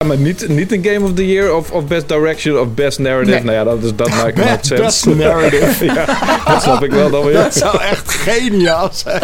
maar niet een Game of the Year of Best Direction of Best Narrative. Nee. Nou ja, dat maakt sense. Best narrative. Ja, dat snap ik wel dan weer. Dat zou echt geniaal zijn.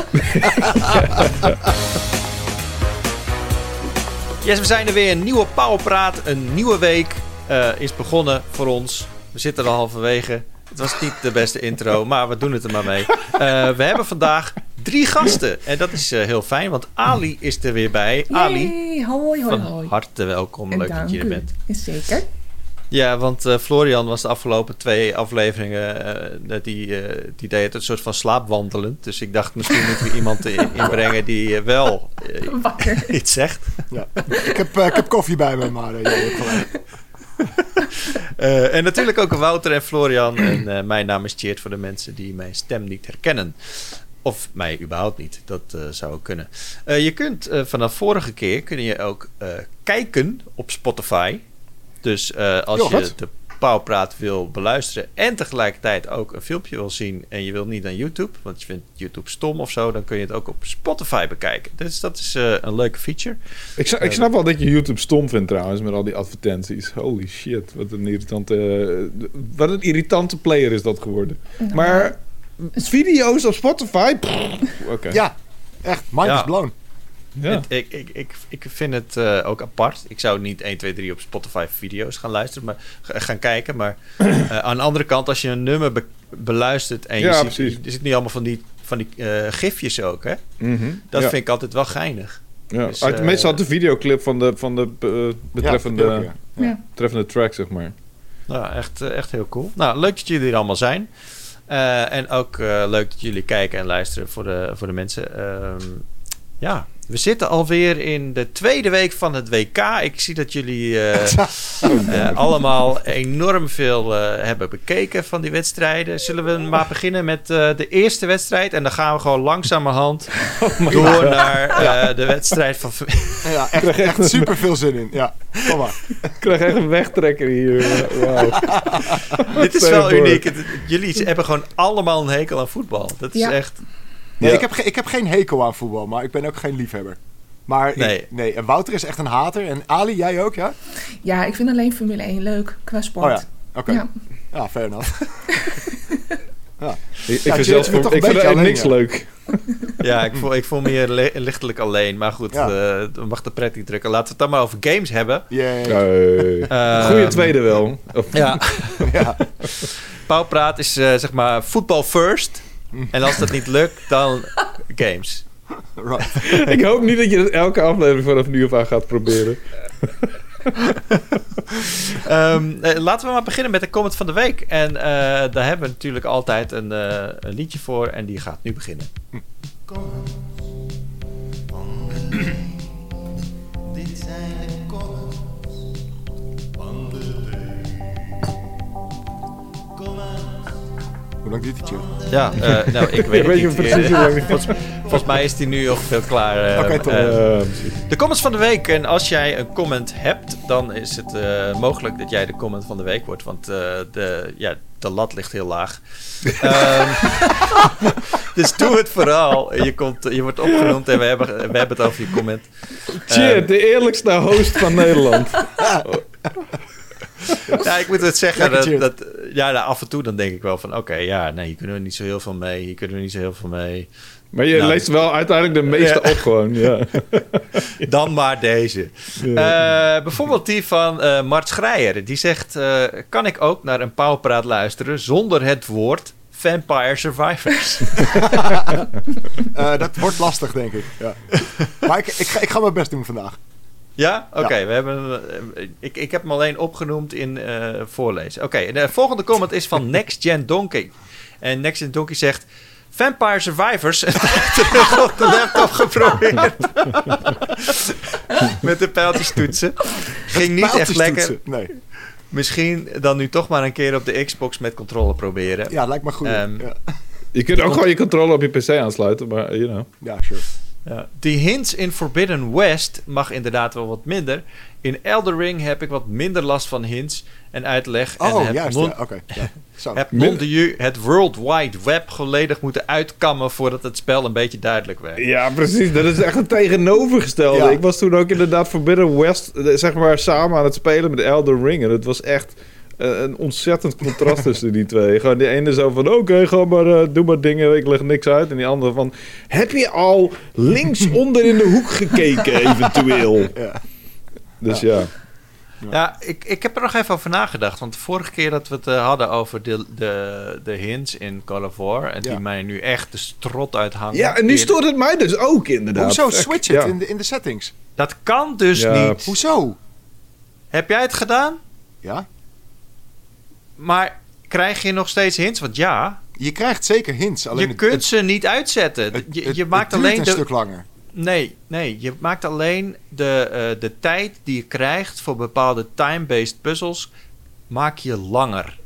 Yes, we zijn er weer. Een nieuwe Powerpraat. Een nieuwe week is begonnen voor ons. We zitten er halverwege. Het was niet de beste intro, maar we doen het er maar mee. We hebben vandaag 3 gasten. En dat is heel fijn, want Ali is er weer bij. Yay, Ali, hoi. van harte welkom. En Leuk dat je er bent. Zeker. Ja, want Florian was de afgelopen 2 afleveringen... die deed het een soort van slaapwandelend. Dus ik dacht, misschien moeten we iemand inbrengen die wel wakker iets zegt. Ja. Ik heb koffie bij me, maar je hebt gelijk. En natuurlijk ook Wouter en Florian. En mijn naam is Tjeerd voor de mensen die mijn stem niet herkennen. Of mij überhaupt niet. Dat zou ook kunnen. Je kunt vanaf vorige keer kun je ook kijken op Spotify. Dus als je de Powerpraat wil beluisteren en tegelijkertijd ook een filmpje wil zien en je wil niet naar YouTube, want je vindt YouTube stom of zo, dan kun je het ook op Spotify bekijken. Dus dat is een leuke feature. Ik snap wel dat je YouTube stom vindt trouwens, met al die advertenties. Holy shit, wat een irritante player is dat geworden. Nou, maar video's op Spotify? Okay. Ja, echt, mind is blown. Ja. Ik vind het ook apart. Ik zou niet 1, 2, 3 op Spotify video's gaan luisteren, maar gaan kijken. Maar aan de andere kant, als je een nummer beluistert en je ziet, er zit nu allemaal van die gifjes ook, hè? Mm-hmm. Dat vind ik altijd wel geinig. Ja. Dus, meestal had de videoclip van de betreffende track, zeg maar. Nou, echt heel cool. Nou, leuk dat jullie er allemaal zijn. En ook leuk dat jullie kijken en luisteren voor de mensen. Ja, we zitten alweer in de 2e week van het WK. Ik zie dat jullie allemaal enorm veel hebben bekeken van die wedstrijden. Zullen we maar beginnen met de eerste wedstrijd? En dan gaan we gewoon langzamerhand door naar de wedstrijd van... Ja, echt super veel zin in. Ja, kom maar. Ik krijg echt een wegtrekker hier. Wow. Dit is wel uniek. Jullie hebben gewoon allemaal een hekel aan voetbal. Dat is echt... Nee, ik heb geen hekel aan voetbal, maar ik ben ook geen liefhebber. Maar nee. En Wouter is echt een hater. En Ali, jij ook, ja? Ja, ik vind alleen Formule 1 leuk qua sport. Oh ja, oké. Ja. Ja, fair enough. Ja. Ik vind niks leuk. Ja, ik voel me hier lichtelijk alleen. Maar goed, we mag de pret niet drukken. Laten we het dan maar over games hebben. Goeie tweede wel. Ja. Powerpraat is zeg maar football first. En als dat niet lukt, dan games. Right. Ik hoop niet dat je het elke aflevering vanaf nu af aan gaat proberen. Laten we maar beginnen met de comment van de week. En daar hebben we natuurlijk altijd een liedje voor. En die gaat nu beginnen. Comments van de week. Dit zijn de comments van de week. Comments. Hoe lang duurt die tune? Ja, nou, ik weet het niet. Precies volgens mij is die nu ongeveer klaar. Oké, top. De comments van de week. En als jij een comment hebt, dan is het mogelijk dat jij de comment van de week wordt. Want de lat ligt heel laag. Dus doe het vooral. Je wordt opgenoemd en we hebben het over je comment. Cheer, de eerlijkste host van Nederland. Ja, ik moet het zeggen. Lekker, Af en toe dan denk ik wel van... hier kunnen we niet zo heel veel mee. Maar je leest wel uiteindelijk de meeste op gewoon. Ja. Dan maar deze. Bijvoorbeeld die van Mart Schreier. Die zegt... kan ik ook naar een Powerpraat luisteren... zonder het woord Vampire Survivors? Dat wordt lastig, denk ik. Ja. Maar ik ga mijn best doen vandaag. Ja? Oké. We hebben ik heb hem alleen opgenoemd in voorlezen. Oké, de volgende comment is van Next Gen Donkey. En Next Gen Donkey zegt... Vampire Survivors. Terug op de laptop geprobeerd. Met de pijltjes toetsen. Ging niet echt lekker. Nee. Misschien dan nu toch maar een keer op de Xbox met controller proberen. Ja, lijkt me goed. Je kunt ook gewoon je controller op je PC aansluiten, maar you know. Ja, sure. Ja. Die hints in Forbidden West mag inderdaad wel wat minder. In Elden Ring heb ik wat minder last van hints en uitleg. Oh, en juist. Oké. Zo. Heb Mondieu het World Wide Web volledig moeten uitkammen voordat het spel een beetje duidelijk werd. Ja, precies. Dat is echt het tegenovergestelde. Ja. Ik was toen ook inderdaad Forbidden West, zeg maar, samen aan het spelen met Elden Ring. En het was echt een ontzettend contrast tussen die twee. Gewoon die ene zo van, oké, ga maar, doe maar dingen, ik leg niks uit. En die andere van, heb je al linksonder in de hoek gekeken, eventueel? Ja. Dus ja. Ja, ik heb er nog even over nagedacht. Want de vorige keer dat we het hadden over de hints in Call of War... en die mij nu echt de strot uithangen. Ja, en nu stoort het mij dus ook inderdaad. Hoezo switch het Ja. in de settings? Dat kan dus Ja. niet. Hoezo? Heb jij het gedaan? Ja. Maar krijg je nog steeds hints? Want ja, Je krijgt zeker hints. Alleen je kunt ze niet uitzetten. Je maakt het duurt alleen een stuk langer. Nee, je maakt alleen de tijd die je krijgt voor bepaalde time-based puzzles, maak je langer.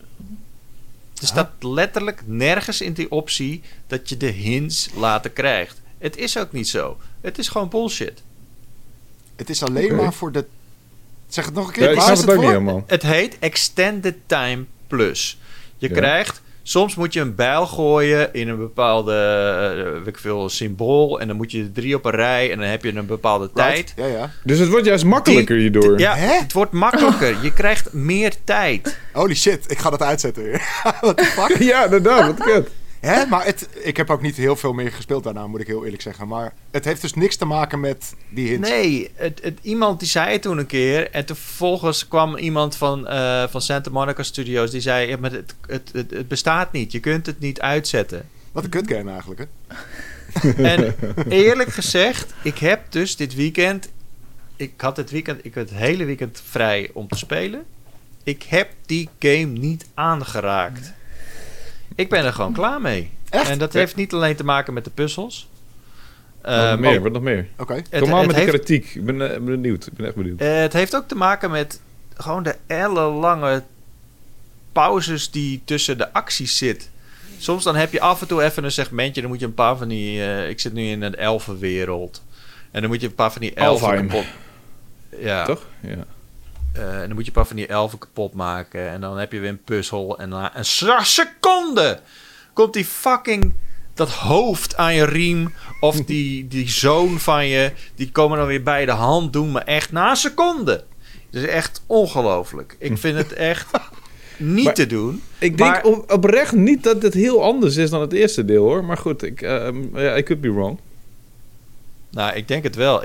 Er staat letterlijk nergens in die optie dat je de hints later krijgt. Het is ook niet zo. Het is gewoon bullshit. Het is alleen Oké. maar voor de... Zeg het nog een keer. Ja, ik Waar snap is het ook niet voor? helemaal. Het heet Extended Time Plus. Je Ja. krijgt... Soms moet je een bijl gooien in een bepaalde weet ik veel, symbool. En dan moet je 3 op een rij. En dan heb je een bepaalde tijd. Right. Ja. Dus het wordt juist makkelijker hierdoor. Ja, Hè? het wordt makkelijker. Je krijgt meer tijd. Holy shit, ik ga dat uitzetten weer. What the fuck? Ja, inderdaad, wat kut. Hè? Maar ik heb ook niet heel veel meer gespeeld daarna, moet ik heel eerlijk zeggen. Maar het heeft dus niks te maken met die hints. Nee, iemand die zei het toen een keer. En toen vervolgens kwam iemand van Santa Monica Studios. Die zei, ja, maar het bestaat niet. Je kunt het niet uitzetten. Wat een kutgame eigenlijk, hè? En eerlijk gezegd, ik heb dus dit weekend... Ik had het hele weekend vrij om te spelen. Ik heb die game niet aangeraakt. Ik ben er gewoon klaar mee. Echt? En dat heeft niet alleen te maken met de puzzels. Wat meer, wat nog meer? Oké. Kom maar met de heeft, kritiek. Ik ben benieuwd. Ik ben echt benieuwd. het heeft ook te maken met gewoon de ellenlange pauzes die tussen de acties zit. Soms dan heb je af en toe even een segmentje. Dan moet je een paar van die... ik zit nu in een elfenwereld. En dan moet je een paar van die elfen Alfheim. kapot... Ja. Toch? Ja. En dan moet je een paar van die elfen kapot maken. En dan heb je weer een puzzel. En na een seconde komt die fucking... dat hoofd aan je riem. Of die zoon van je. Die komen dan weer bij de hand doen. Maar echt na een seconde. Dat is echt ongelooflijk. Ik vind het echt niet Maar te doen. Ik denk Maar- oprecht niet dat het heel anders is dan het eerste deel, hoor. Maar goed, I could be wrong. Nou, ik denk het wel.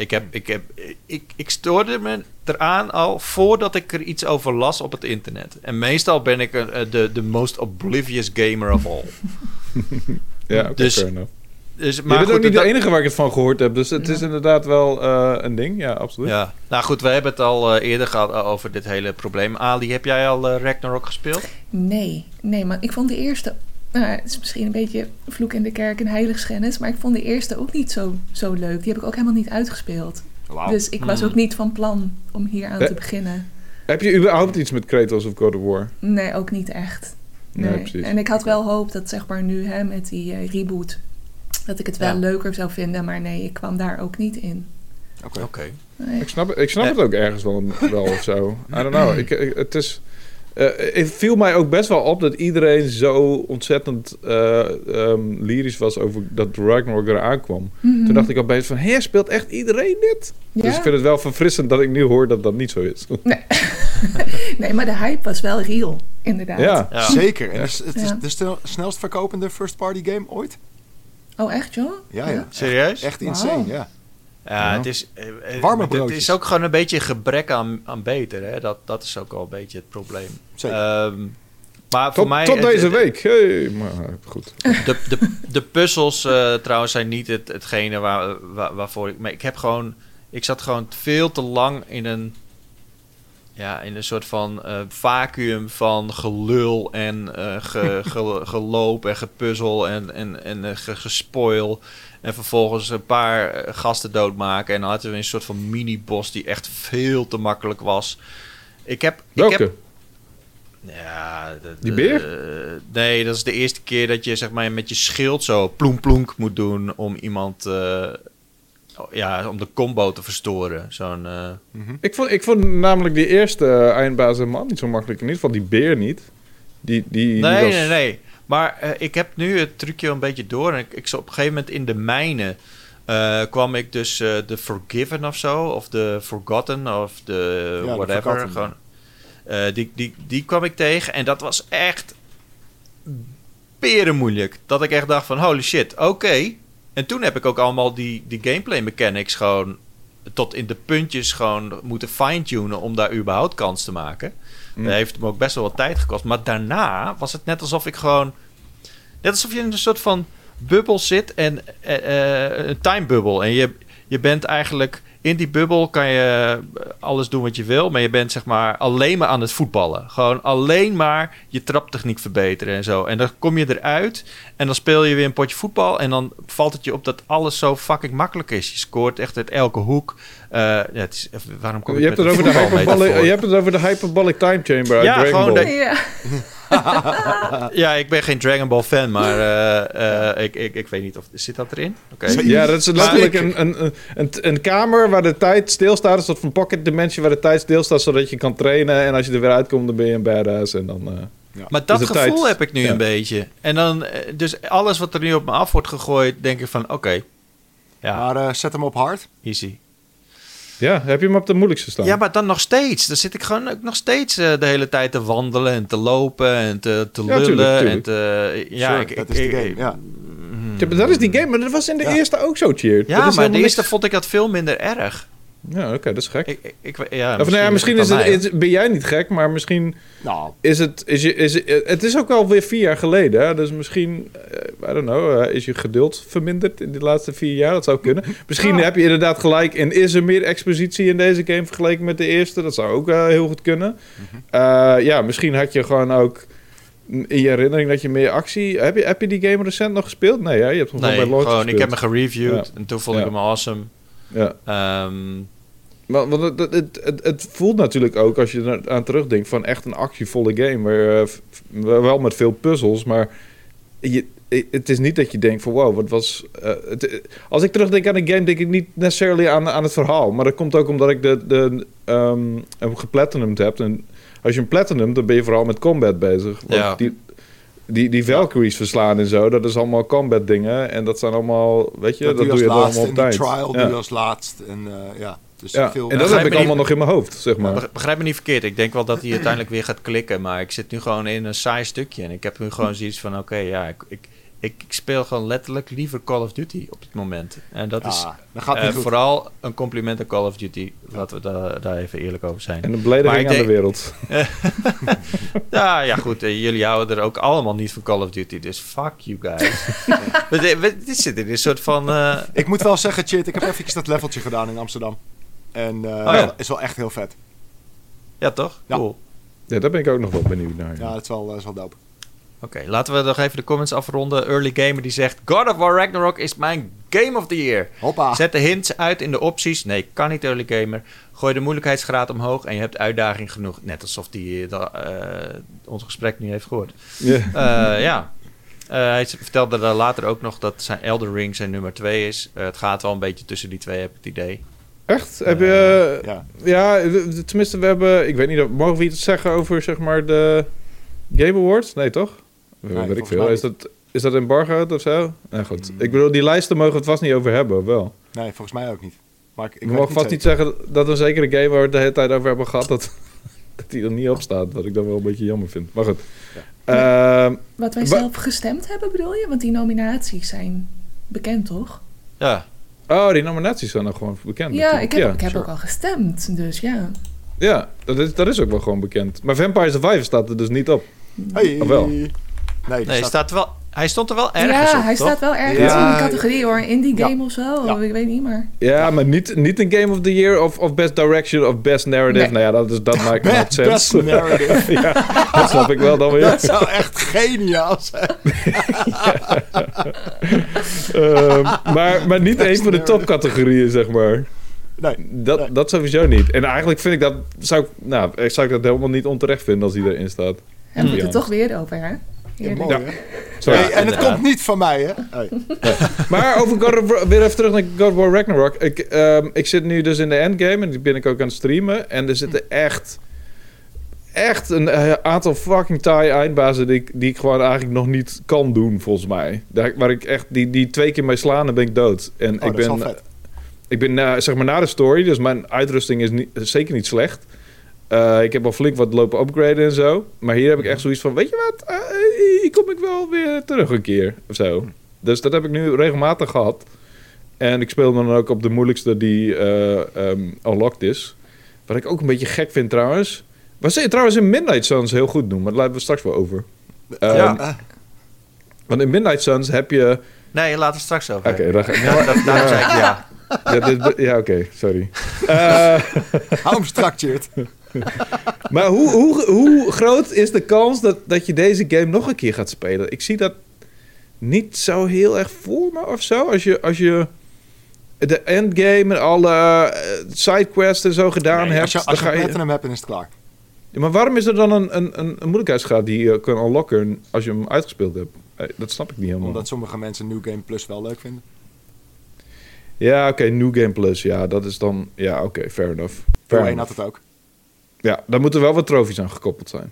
Ik stoorde me eraan al voordat ik er iets over las op het internet. En meestal ben ik de most oblivious gamer of all. Ja, oké, Dus- fair enough. Dus, Je bent ook goed, niet dat- de enige waar ik het van gehoord heb. Dus het is inderdaad wel een ding. Ja, absoluut. Ja, nou goed, we hebben het al eerder gehad over dit hele probleem. Ali, heb jij al Ragnarok gespeeld? Nee, maar ik vond de eerste... Nou, het is misschien een beetje vloek in de kerk en heiligschennis, maar ik vond de eerste ook niet zo leuk. Die heb ik ook helemaal niet uitgespeeld. Wauw. Dus ik was ook niet van plan om hier aan te beginnen. Heb je überhaupt iets met Kratos of God of War? Nee, ook niet echt. Nee, precies. En ik had wel hoop dat zeg maar nu met die reboot, dat ik het wel leuker zou vinden, maar nee, ik kwam daar ook niet in. Oké. Nee. Ik snap het ook ergens wel of zo. I don't know. Het is... het viel mij ook best wel op dat iedereen zo ontzettend lyrisch was over dat Ragnarok eraan kwam. Mhm. Toen dacht ik opeens van, hé, speelt echt iedereen dit? Ja? Dus ik vind het wel verfrissend dat ik nu hoor dat dat niet zo is. Nee, maar de hype was wel real, inderdaad. Ja. Ja. Zeker. En Ja. het is de snelst verkopende first-party game ooit? Oh, echt joh? Ja. Serieus? Echt Wauw. insane, ja. Ja, Ja. het is... Warme het broodjes. is ook gewoon een beetje gebrek aan beter. Hè? Dat is ook wel een beetje het probleem. Zeker. Maar voor mij... Tot deze week. Hey, maar goed. De puzzels trouwens zijn niet hetgene waarvoor ik... Maar ik zat gewoon veel te lang in een soort van vacuüm van gelul en geloop en gepuzzel en gespoil. En vervolgens een paar gasten doodmaken. En dan hadden we een soort van mini-boss die echt veel te makkelijk was. Welke? Ja, Die beer? Nee, dat is de eerste keer dat je zeg maar met je schild zo ploem plonk moet doen om iemand om de combo te verstoren. Zo'n... Ik vond namelijk die eerste eindbaas helemaal niet zo makkelijk. In ieder geval die beer niet. Nee. Maar ik heb nu het trucje een beetje door. En ik op een gegeven moment in de mijnen kwam ik dus de Forgiven of zo. Of de Forgotten of de whatever. Gewoon, die kwam ik tegen. En dat was echt moeilijk. Dat ik echt dacht van holy shit, oké. En toen heb ik ook allemaal die gameplay mechanics gewoon tot in de puntjes gewoon moeten fine-tunen om daar überhaupt kans te maken. Dat heeft me ook best wel wat tijd gekost. Maar daarna was het net alsof ik gewoon... Net alsof je in een soort van bubbel zit. En een time bubble. En je bent eigenlijk... In die bubbel kan je alles doen wat je wil. Maar je bent zeg maar alleen maar aan het voetballen. Gewoon alleen maar je traptechniek verbeteren en zo. En dan kom je eruit. En dan speel je weer een potje voetbal. En dan valt het je op dat alles zo fucking makkelijk is. Je scoort echt uit elke hoek. Het is, waarom kom je hebt het over de hyperbolic time chamber uit Dragon Ball. Ja, ik ben geen Dragon Ball fan, maar ik weet niet of... Zit dat erin? Okay. Ja, dat is letterlijk een kamer waar de tijd stilstaat. Een soort van pocket dimension waar de tijd stilstaat, zodat je kan trainen. En als je er weer uitkomt, dan ben je een badass. En dan, maar dat gevoel heb ik nu een beetje. En dan, dus alles wat er nu op me af wordt gegooid, denk ik van, oké. Ja. Maar zet hem op hard. Easy. Ja, heb je hem op de moeilijkste staan? Ja, maar dan nog steeds. Dan zit ik gewoon ook nog steeds de hele tijd te wandelen en te lopen en te lullen. Tuurlijk. En te, dat is de game, ja. Dat is die game, maar dat was in de eerste ook zo, Cheer. Ja, maar de eerste vond ik dat veel minder erg. Ja, oké, dat is gek. Misschien ben jij niet gek, maar misschien is het... Het is ook alweer 4 jaar geleden, hè? Dus misschien, I don't know, is je geduld verminderd in de laatste 4 jaar? Dat zou kunnen. Misschien heb je inderdaad gelijk en is er meer expositie in deze game vergeleken met de eerste? Dat zou ook heel goed kunnen. Misschien had je gewoon ook in je herinnering dat je meer actie... Heb je die game recent nog gespeeld? Nee, ja, je hebt hem gewoon bij launch gespeeld. Ik heb hem gereviewd en toen vond ik hem awesome. Ja. Want het voelt natuurlijk ook, als je er aan terugdenkt, van echt een actievolle game. Wel met veel puzzels, maar het is niet dat je denkt van wow, wat was... als ik terugdenk aan een game, denk ik niet necessarily aan het verhaal. Maar dat komt ook omdat ik hem geplatinumd heb. En als je hem platinumt, dan ben je vooral met combat bezig. Want die Valkyries verslaan en zo, dat is allemaal combat dingen. En dat zijn allemaal, weet je, dat doe je dan allemaal op tijd. Die trial doe je als laatst. En dus veel... En dat heb ik allemaal nog in mijn hoofd, zeg maar. Begrijp me niet verkeerd. Ik denk wel dat hij uiteindelijk weer gaat klikken. Maar ik zit nu gewoon in een saai stukje. En ik heb nu gewoon zoiets van, ik speel gewoon letterlijk liever Call of Duty op dit moment. En dat is vooral een compliment aan Call of Duty. Laten we daar even eerlijk over zijn. En een belediging aan de wereld. Goed. Jullie houden er ook allemaal niet van Call of Duty. Dus fuck you guys. Dit zit in een soort van... Ik moet wel zeggen, Chit, ik heb even dat leveltje gedaan in Amsterdam. En is wel echt heel vet. Ja, toch? Ja. Cool. Ja, daar ben ik ook nog wel benieuwd naar. Ja, dat is wel dope. Oké, laten we nog even de comments afronden. Early Gamer die zegt... God of War Ragnarok is mijn Game of the Year. Hoppa. Zet de hints uit in de opties. Nee, kan niet Early Gamer. Gooi de moeilijkheidsgraad omhoog en je hebt uitdaging genoeg. Net alsof die ons gesprek niet heeft gehoord. Hij vertelde daar later ook nog dat zijn Elden Ring zijn nummer 2 is. Het gaat wel een beetje tussen die twee, heb ik het idee. Echt? Heb je... Ja, tenminste, we hebben... Ik weet niet, mogen we iets zeggen over, zeg maar, de Game Awards? Nee, toch? Weet ik veel. Is dat embargoed of zo? Nou goed. Ik bedoel, die lijsten mogen we het vast niet over hebben, wel. Nee, volgens mij ook niet. Maar ik mag vast niet zeggen dat een zekere game waar we het de hele tijd over hebben gehad, dat die er niet op staat. Wat ik dan wel een beetje jammer vind. Maar goed. Wat wij zelf gestemd hebben, bedoel je? Want die nominaties zijn bekend, toch? Ja. Oh, die nominaties zijn nog gewoon bekend. Ja, ik heb ook al gestemd, dus ja. Ja, dat is ook wel gewoon bekend. Maar Vampire Survivors staat er dus niet op. Hey. Of wel? Nee, hij stond er wel ergens op, hij toch? staat wel ergens in die categorie, hoor. Indie game of zo, ik weet niet, maar... Ja, maar niet een Game of the Year of Best Direction of Best Narrative. Nee. Nou ja, dat maakt niet sens. Best Narrative. Ja, dat snap ik wel dan weer. Dat zou echt geniaal zijn. Maar niet een van de topcategorieën, zeg maar. Nee. Dat sowieso niet. En eigenlijk vind ik dat... Zou ik dat helemaal niet onterecht vinden als die erin staat. En we moeten het toch weer over, hè? Ja, mooi, hè? Sorry. Hey, en het komt niet van mij, hè? Hey. Maar over God of War, weer even terug naar God of War Ragnarok. Ik zit nu dus in de endgame en die ben ik ook aan het streamen. En er zitten echt een aantal fucking taaie eindbazen die ik gewoon eigenlijk nog niet kan doen, volgens mij. Waar ik echt, die 2 keer mee slaan, dan ben ik dood. En Dat is wel vet. ik ben zeg maar na de story, dus mijn uitrusting is zeker niet slecht. Ik heb al flink wat lopen upgraden en zo. Maar hier heb ik echt zoiets van, weet je wat? Hier kom ik wel weer terug een keer of zo. Dus dat heb ik nu regelmatig gehad. En ik speel dan ook op de moeilijkste die unlocked is. Wat ik ook een beetje gek vind trouwens. Wat je trouwens in Midnight Suns heel goed doen, maar daar laten we straks wel over. Want in Midnight Suns heb je... Nee, laten we straks over. Oké, daarom zei ik ja. Ja, oké, sorry. Hou hem strak, Tjeerd. Maar hoe groot is de kans dat je deze game nog een keer gaat spelen? Ik zie dat niet zo heel erg voor me of zo. Als je de endgame en alle sidequests en zo gedaan hebt... Als je platinum hebt, dan is het klaar. Ja, maar waarom is er dan een moeilijkheidsgraad die je kan unlocken als je hem uitgespeeld hebt? Dat snap ik niet helemaal. Omdat sommige mensen New Game Plus wel leuk vinden. Ja, oké, New Game Plus. Ja, dat is dan... Ja, oké, fair enough. Deel 1 had het ook. Ja, daar moeten wel wat trofies aan gekoppeld zijn.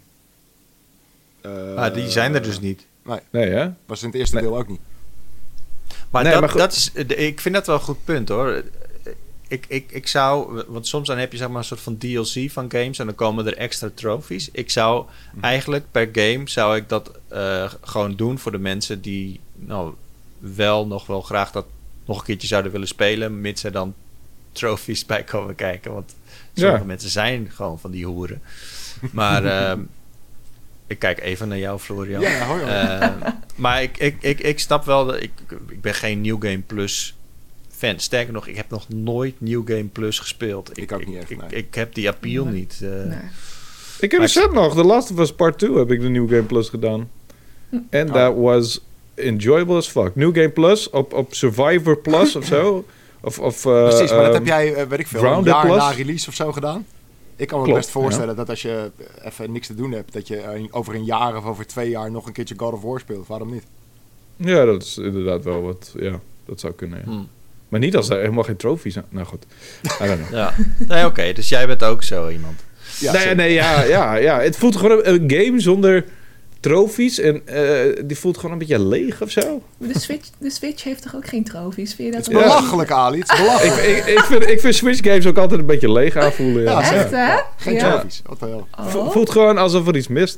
Die zijn er dus niet. Nee, hè? Was in het eerste deel ook niet. Maar, Nee, maar goed. dat is, ik vind dat wel een goed punt, hoor. Ik zou... Want soms dan heb je zeg maar een soort van DLC van games... en dan komen er extra trofies. Ik zou eigenlijk per game... zou ik dat gewoon doen voor de mensen die... nou, nog wel graag dat nog een keertje zouden willen spelen... mits er dan trofies bij komen kijken. Want sommige mensen zijn gewoon van die hoeren. Maar... ik kijk even naar jou, Florian. Ja, hoi. Maar ik snap wel... Ik ben geen New Game Plus fan. Sterker nog, ik heb nog nooit New Game Plus gespeeld. Ik ook niet echt, nee. Ik heb die appeal niet. Nee. Ik heb recent nog, The Last of Us Part 2 heb ik de New Game Plus gedaan. En that was enjoyable as fuck. New Game Plus op Survivor Plus of zo. Precies, maar dat heb jij, weet ik veel, een jaar Plus. na release of zo gedaan. Ik kan me Klopt, best voorstellen dat als je even niks te doen hebt... dat je over een jaar of over 2 jaar nog een keertje God of War speelt. Waarom niet? Ja, dat is inderdaad wel wat... Ja, dat zou kunnen, ja. Maar niet als er helemaal geen trofies zijn. Nou goed, I don't know. Ja. Nee, oké, dus jij bent ook zo iemand. Ja, het voelt gewoon een game zonder trofies. En die voelt gewoon een beetje leeg of zo. De Switch heeft toch ook geen trofies? Vind je dat Het is belachelijk, Ali. Het is belachelijk. Ik vind Switch games ook altijd een beetje leeg aanvoelen. Ja. Echt, hè? Geen trophies. Wat de hel. Voelt gewoon alsof er iets mist.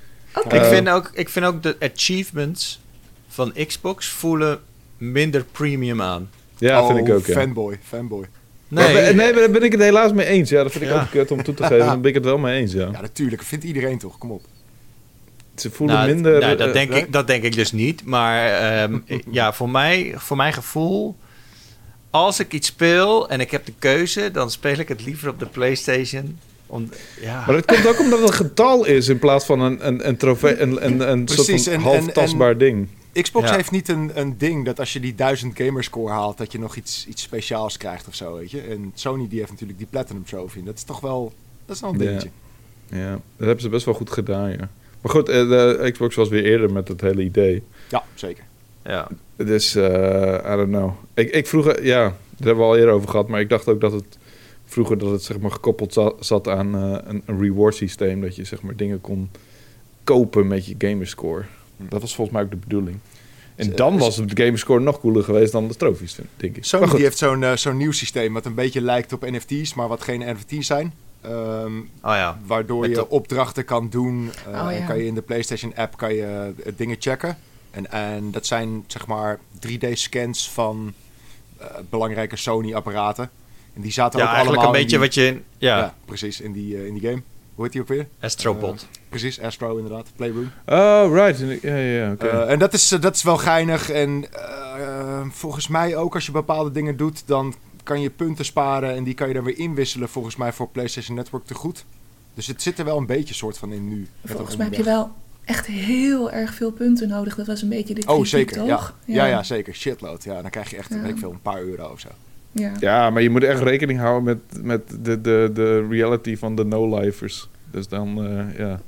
Ik vind ook de achievements van Xbox voelen minder premium aan. Ja, vind ik ook, ja. Fanboy. Nee, maar daar ben ik het helaas mee eens. Ja, dat vind ik ook kut om toe te geven. Daar ben ik het wel mee eens, ja. Ja, natuurlijk. Dat vindt iedereen toch. Kom op. Ze voelen minder... Nou, dat denk ik dus niet. Maar ja, voor mijn gevoel... Als ik iets speel en ik heb de keuze... dan speel ik het liever op de PlayStation. Maar het komt ook omdat het een getal is... in plaats van een trofee, een soort van half tastbaar ding. Xbox heeft niet een ding dat als je die 1000 gamerscore haalt... dat je nog iets speciaals krijgt of zo, weet je. En Sony die heeft natuurlijk die Platinum Trophy. Dat is toch wel... Dat is wel een dingetje. Ja, dat hebben ze best wel goed gedaan, ja. Maar goed, de Xbox was weer eerder met het hele idee. Ja, zeker. Ja. Dus, I don't know. Ik vroeger, ja, daar hebben we al eerder over gehad... maar ik dacht ook dat het vroeger dat het zeg maar gekoppeld zat aan een reward systeem... dat je zeg maar dingen kon kopen met je gamerscore. Dat was volgens mij ook de bedoeling. En dan was de gamerscore nog cooler geweest dan de trofies, denk ik. Sony die heeft zo'n nieuw systeem wat een beetje lijkt op NFT's... maar wat geen NFT's zijn. Waardoor je opdrachten kan doen. En kan je in de PlayStation app kan je dingen checken. En dat zijn zeg maar 3D-scans van belangrijke Sony-apparaten. En die zaten ook eigenlijk allemaal een beetje wat je... Ja, precies, in die game. Hoe heet die ook weer? Astrobot. Precies, Astro inderdaad. Playroom. Oh, right. Ja, oké. En dat is wel geinig. En volgens mij ook als je bepaalde dingen doet... dan kan je punten sparen en die kan je dan weer inwisselen... volgens mij voor PlayStation Network te goed. Dus het zit er wel een beetje soort van in nu. Volgens mij heb je wel echt heel erg veel punten nodig. Dat was een beetje de kritiek, zeker, toch? Ja, zeker. Shitload. Ja, dan krijg je echt weet ik veel, een paar euro of zo. Ja, maar je moet echt rekening houden met de reality van de no-lifers. Dus dan, ja...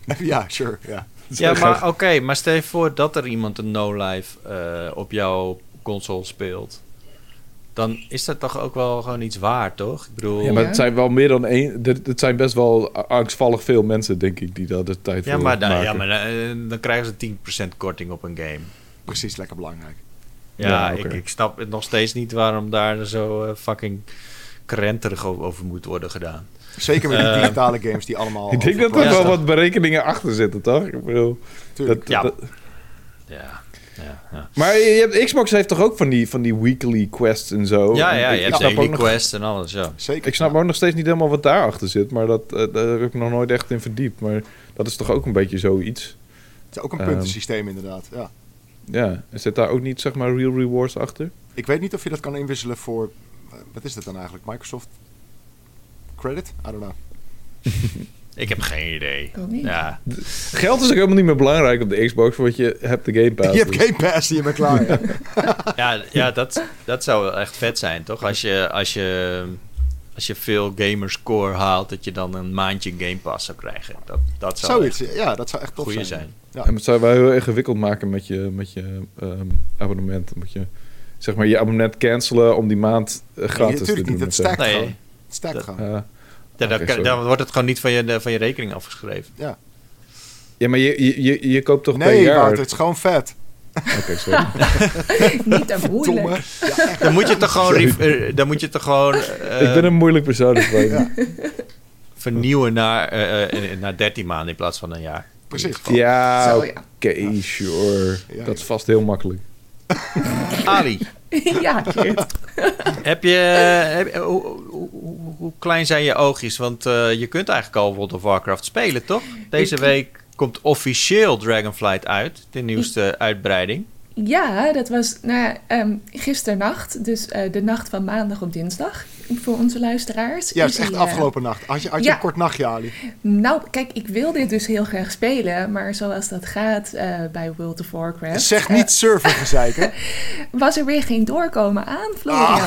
Ja, sure, ja. Ja, maar oké, maar stel je voor dat er iemand een no-life op jouw console speelt. Dan is dat toch ook wel gewoon iets waard, toch? Ik bedoel... Ja, maar het zijn wel meer dan één... Het zijn best wel angstvallig veel mensen, denk ik, die daar de tijd voor maken. Ja, maar dan krijgen ze 10% korting op een game. Precies, lekker belangrijk. Ja, okay. ik snap het nog steeds niet waarom daar zo fucking krenterig over moet worden gedaan. Zeker met die digitale games die allemaal... Ik denk dat er wel wat berekeningen achter zitten, toch? Ik bedoel... Ja. Maar Xbox heeft toch ook van die weekly quests en zo? Ja, je hebt daily quests en alles, ja. Zeker. Ik snap ook nog steeds niet helemaal wat daarachter zit, maar daar heb ik nog nooit echt in verdiept. Maar dat is toch ook een beetje zoiets? Het is ook een puntensysteem inderdaad, ja. Ja, zit daar ook niet, zeg maar, real rewards achter? Ik weet niet of je dat kan inwisselen voor... Wat is dat dan eigenlijk? Microsoft Credit? I don't know. Ik heb geen idee. Ja. Geld is ook helemaal niet meer belangrijk op de Xbox, want je hebt de Game Pass. Je hebt Game Pass, die je bent klaar. Ja, dat zou wel echt vet zijn, toch? Als je veel gamerscore haalt, dat je dan een maandje Game Pass zou krijgen. Dat zou zoiets, ja, dat zou echt tof zijn. Ja. En het zou wel heel ingewikkeld maken met je abonnement. Moet je, zeg maar, je abonnement cancelen om die maand gratis te doen. Natuurlijk niet, dat stijgt gewoon. Het stijgt gewoon. Dan wordt het gewoon niet van je rekening afgeschreven. Ja. Ja, maar je koopt toch per jaar? Nee, Wouter, het is gewoon vet. Oké, sorry. Niet te moeilijk. Ja, dan moet je toch gewoon... ik ben een moeilijk persoon. vernieuwen naar 13 maanden in plaats van een jaar. Precies. Ja, oké, sure. Ja, dat is vast heel makkelijk. Ali. Ja, Geert. Hoe klein zijn je oogjes? Want je kunt eigenlijk al World of Warcraft spelen, toch? Deze week komt officieel Dragonflight uit. De nieuwste uitbreiding. Ja, dat was gisternacht. Dus de nacht van maandag op dinsdag. Voor onze luisteraars. Ja, het is echt afgelopen nacht. Had je een kort nachtje, Ali? Nou, kijk, ik wil dit dus heel graag spelen. Maar zoals dat gaat bij World of Warcraft... Zeg niet servergezeik, hè? Was er weer geen doorkomen aan, Florian.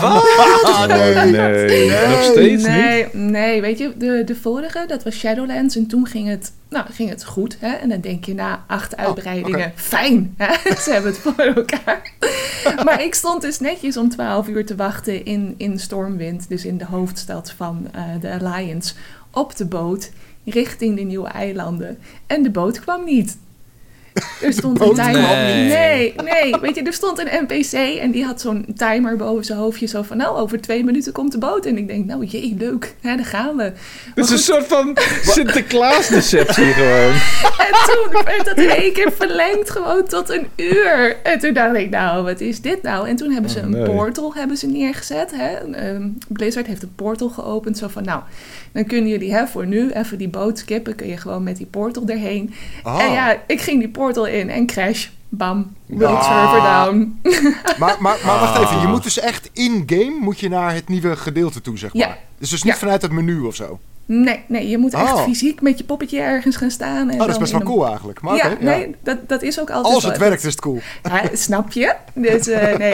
Nee, nog steeds niet? Nee, weet je, de vorige, dat was Shadowlands. En toen ging het goed. Hè? En dan denk je na 8 uitbreidingen, fijn, hè? Ze hebben het voor elkaar. Maar ik stond dus netjes om 12 uur te wachten in Stormwind. Dus in de hoofdstad van de Alliance. Op de boot, richting de nieuwe eilanden. En de boot kwam niet. Er stond een timer. Nee. Weet je, er stond een NPC en die had zo'n timer boven zijn hoofdje. Zo van, over 2 minuten komt de boot. En ik denk, leuk. Hè, daar gaan we. Het is een soort van Sinterklaas-deceptie gewoon. En toen werd dat in 1 keer verlengd gewoon tot 1 uur. En toen dacht ik, wat is dit nou? En toen hebben ze een portal neergezet. Hè? Blizzard heeft een portal geopend. Zo van, dan kunnen jullie voor nu even die boot skippen. Kun je gewoon met die portal erheen. Oh. En ik ging die portal in en crash. Bam. World server down. Maar wacht even. Je moet dus echt in-game moet je naar het nieuwe gedeelte toe, zeg maar. Ja. Dus niet vanuit het menu of zo. Nee, je moet echt fysiek met je poppetje ergens gaan staan. En dat is best wel cool eigenlijk. Maar dat is ook altijd. Als het werkt is het cool. Ja, snap je? Dus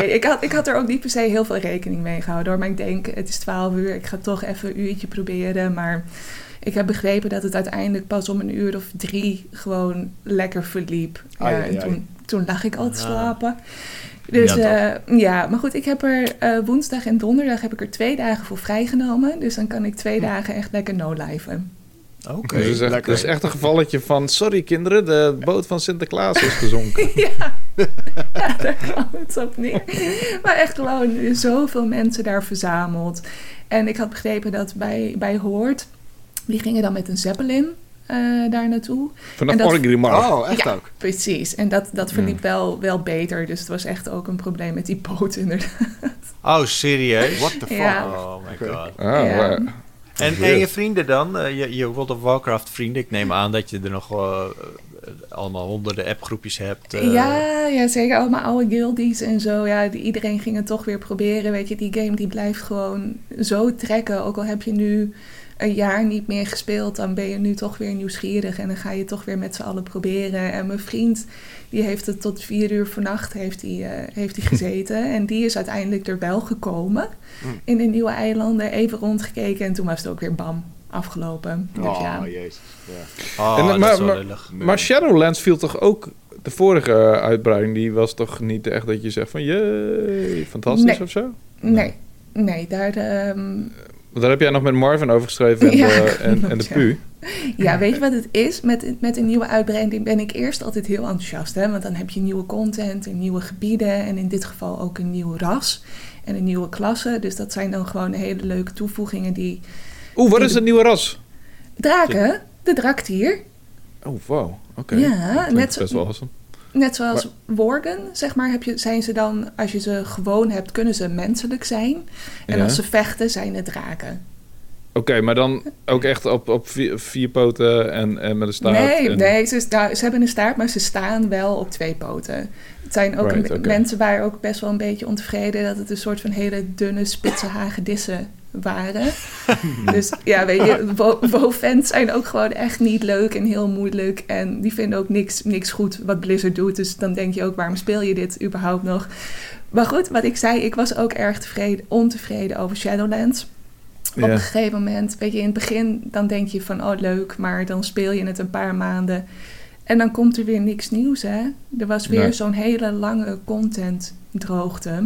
ik had er ook niet per se heel veel rekening mee gehouden hoor. Maar ik denk, het is 12 uur. Ik ga toch even een uurtje proberen. Maar ik heb begrepen dat het uiteindelijk pas om 1 uur of 3 gewoon lekker verliep. Toen lag ik al te slapen. Dus maar goed, ik heb er woensdag en donderdag heb ik er 2 dagen voor vrijgenomen. Dus dan kan ik 2 dagen echt lekker no-liven. Oké. Dus het is echt een gevalletje van, sorry kinderen, de boot van Sinterklaas is gezonken. Ja, daar kwam het op neer. Maar echt gewoon zoveel mensen daar verzameld. En ik had begrepen dat bij Hoort, die gingen dan met een Zeppelin daar naartoe. Vanaf Orgrimmar. Oh, echt ook? Precies. En dat verliep wel beter. Dus het was echt ook een probleem met die boot inderdaad. Oh, serieus? What the fuck? Ja. Oh my god. Ja. En je vrienden dan? Je World of Warcraft vrienden? Ik neem aan dat je er nog allemaal honderden appgroepjes hebt. Ja, zeker. Allemaal oude guildies en zo. Ja, iedereen ging het toch weer proberen. Weet je, die game die blijft gewoon zo trekken. Ook al heb je nu 1 jaar niet meer gespeeld, dan ben je nu toch weer nieuwsgierig en dan ga je toch weer met z'n allen proberen. En mijn vriend, die heeft het tot 4 uur vannacht heeft hij gezeten en die is uiteindelijk er wel gekomen in de nieuwe eilanden, even rondgekeken en toen was het ook weer bam. afgelopen. Dus jezus. Ja. Dat is wel lullig. Maar Shadowlands viel toch ook... De vorige uitbreiding, die was toch niet echt dat je zegt van... Jee, fantastisch of zo? Nee, daar... Daar heb jij nog met Marvin over geschreven en de Pu. Ja, weet je wat het is? Met een nieuwe uitbreiding ben ik eerst altijd heel enthousiast. Hè? Want dan heb je nieuwe content en nieuwe gebieden. En in dit geval ook een nieuw ras en een nieuwe klasse. Dus dat zijn dan gewoon hele leuke toevoegingen die... Wat is het nieuwe ras? Draken, de draktier. Oh, wow. Oké. Ja, best wel awesome. Net zoals worgen, zeg maar, zijn ze dan... Als je ze gewoon hebt, kunnen ze menselijk zijn. En als ze vechten, zijn het draken. Oké, maar dan ook echt op vier poten en met een staart? Nee, ze hebben een staart, maar ze staan wel op 2 poten. Het zijn ook mensen waren ook best wel een beetje ontevreden... dat het een soort van hele dunne, spitse hagedissen waren. Dus ja, weet je, WoW-fans zijn ook gewoon echt niet leuk en heel moeilijk. En die vinden ook niks goed wat Blizzard doet. Dus dan denk je ook, waarom speel je dit überhaupt nog? Maar goed, wat ik zei, ik was ook erg ontevreden over Shadowlands. Op een gegeven moment, weet je, in het begin dan denk je van, oh leuk, maar dan speel je het een paar maanden. En dan komt er weer niks nieuws, hè. Er was weer zo'n hele lange contentdroogte.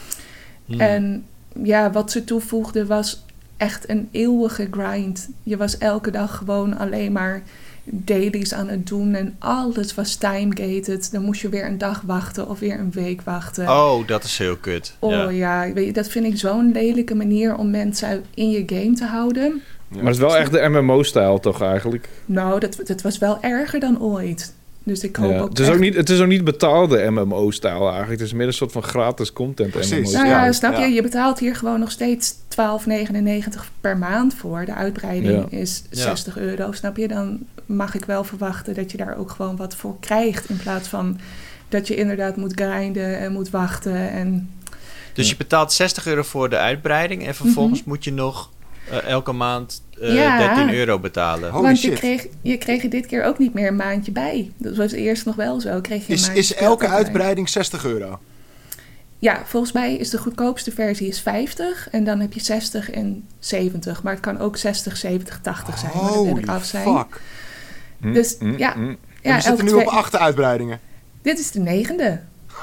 En ja, wat ze toevoegden was echt een eeuwige grind. Je was elke dag gewoon alleen maar dailies aan het doen en alles was time-gated. Dan moest je weer een dag wachten of weer een week wachten. Oh, dat is heel kut. Ja, weet je, dat vind ik zo'n lelijke manier om mensen in je game te houden. Ja. Maar het is wel echt de MMO-stijl toch eigenlijk? Nou, dat was wel erger dan ooit. Dus ik hoop ook het is ook niet betaalde MMO-stijl eigenlijk. Het is meer een soort van gratis content MMO. Nou, snap je? Je betaalt hier gewoon nog steeds €12,99 per maand voor. De uitbreiding is €60, snap je? Dan mag ik wel verwachten dat je daar ook gewoon wat voor krijgt. In plaats van dat je inderdaad moet grinden en moet wachten. Dus je betaalt €60 voor de uitbreiding en vervolgens moet je nog elke maand €13 betalen. Holy want je kreeg er dit keer ook niet meer een maandje bij. Dat was eerst nog wel zo. Kreeg je is elke uitbreiding €60? Ja, volgens mij is de goedkoopste versie is 50 en dan heb je 60 en 70. Maar het kan ook 60, 70, 80 zijn. Maar dat wil ik af zijn. Fuck. Dus en we zitten nu op 8 uitbreidingen. Dit is de 9e.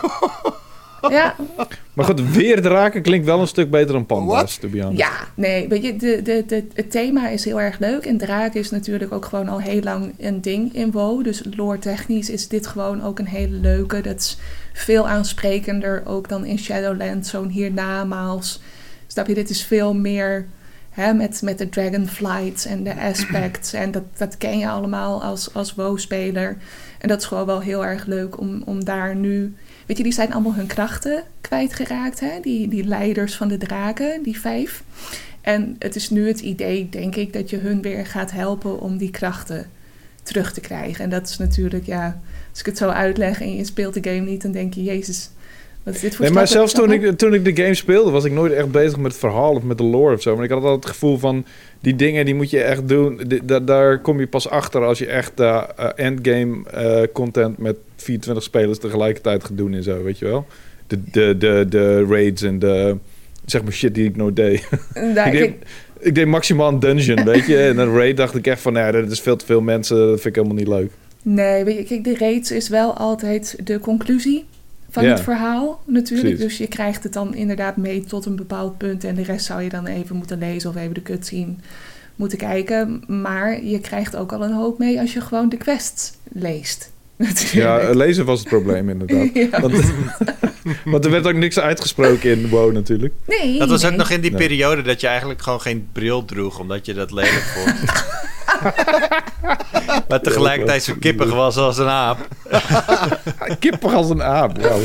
Ja. Maar goed, weer draken klinkt wel een stuk beter dan panda's, to be honest. Ja, nee, weet je, het thema is heel erg leuk. En draken is natuurlijk ook gewoon al heel lang een ding in WoW. Dus lore technisch is dit gewoon ook een hele leuke. Dat is veel aansprekender ook dan in Shadowlands, zo'n hiernamaals. Snap je, dit is veel meer met de dragonflights en de aspects. En dat ken je allemaal als WoW-speler. En dat is gewoon wel heel erg leuk om daar nu... Weet je, die zijn allemaal hun krachten kwijtgeraakt, hè? Die leiders van de draken, die 5. En het is nu het idee, denk ik, dat je hun weer gaat helpen om die krachten terug te krijgen. En dat is natuurlijk, als ik het zo uitleg en je speelt de game niet, dan denk je, Jezus, wat is dit voor maar zelfs toen ik de game speelde, was ik nooit echt bezig met het verhaal of met de lore of zo. Maar ik had altijd het gevoel van, die dingen die moet je echt doen. Daar kom je pas achter als je echt endgame content met 24 spelers tegelijkertijd gaat doen en zo, weet je wel. De raids en de, zeg maar, shit die ik nooit deed. Ik deed maximaal een dungeon, weet je. En een raid dacht ik echt van, dat is veel te veel mensen, dat vind ik helemaal niet leuk. Nee, weet je, kijk, de raids is wel altijd de conclusie van het verhaal natuurlijk. Precies. Dus je krijgt het dan inderdaad mee tot een bepaald punt en de rest zou je dan even moeten lezen of even de cutscene moeten kijken. Maar je krijgt ook al een hoop mee als je gewoon de quests leest. Natuurlijk. Ja, lezen was het probleem inderdaad. Ja. Want er werd ook niks uitgesproken in WoW natuurlijk. Nee. Dat was ook nog in die periode dat je eigenlijk gewoon geen bril droeg, omdat je dat lelijk vond. Maar tegelijkertijd zo kippig was als een aap. Kippig als een aap, wow.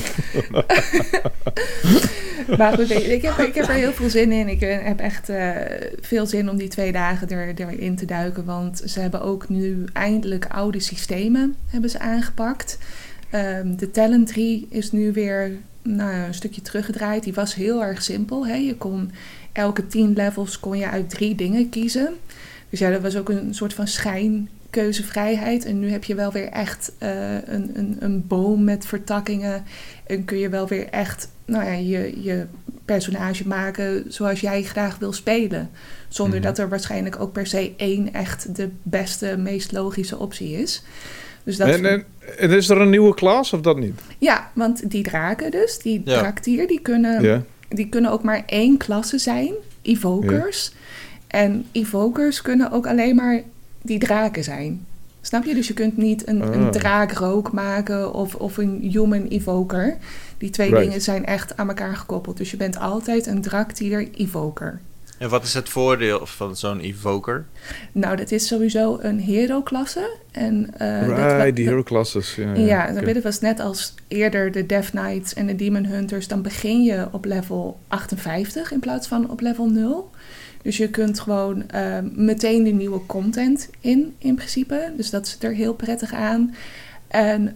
Maar goed, ik heb er heel veel zin in. Ik heb echt veel zin om die 2 dagen erin te duiken. Want ze hebben ook nu eindelijk oude systemen hebben ze aangepakt. De talent tree is nu weer een stukje teruggedraaid. Die was heel erg simpel. Hè? Je kon elke 10 levels kon je uit 3 dingen kiezen. Dus ja, dat was ook een soort van schijnkeuzevrijheid. En nu heb je wel weer echt een boom met vertakkingen. En kun je wel weer echt je personage maken zoals jij graag wil spelen. Zonder dat er waarschijnlijk ook per se één echt de beste, meest logische optie is. Dus dat en is er een nieuwe klas of dat niet? Ja, want die draken dus, die draktier, die kunnen ook maar 1 klasse zijn. Evokers. Ja. En evokers kunnen ook alleen maar die draken zijn. Snap je? Dus je kunt niet een draakrook maken of een human evoker. Die twee dingen zijn echt aan elkaar gekoppeld. Dus je bent altijd een draktier evoker. En wat is het voordeel van zo'n evoker? Nou, dat is sowieso een hero-klasse. En, die hero-klasses. Dat was net als eerder de Death Knights en de Demon Hunters. Dan begin je op level 58 in plaats van op level 0. Dus je kunt gewoon meteen de nieuwe content in principe. Dus dat zit er heel prettig aan. En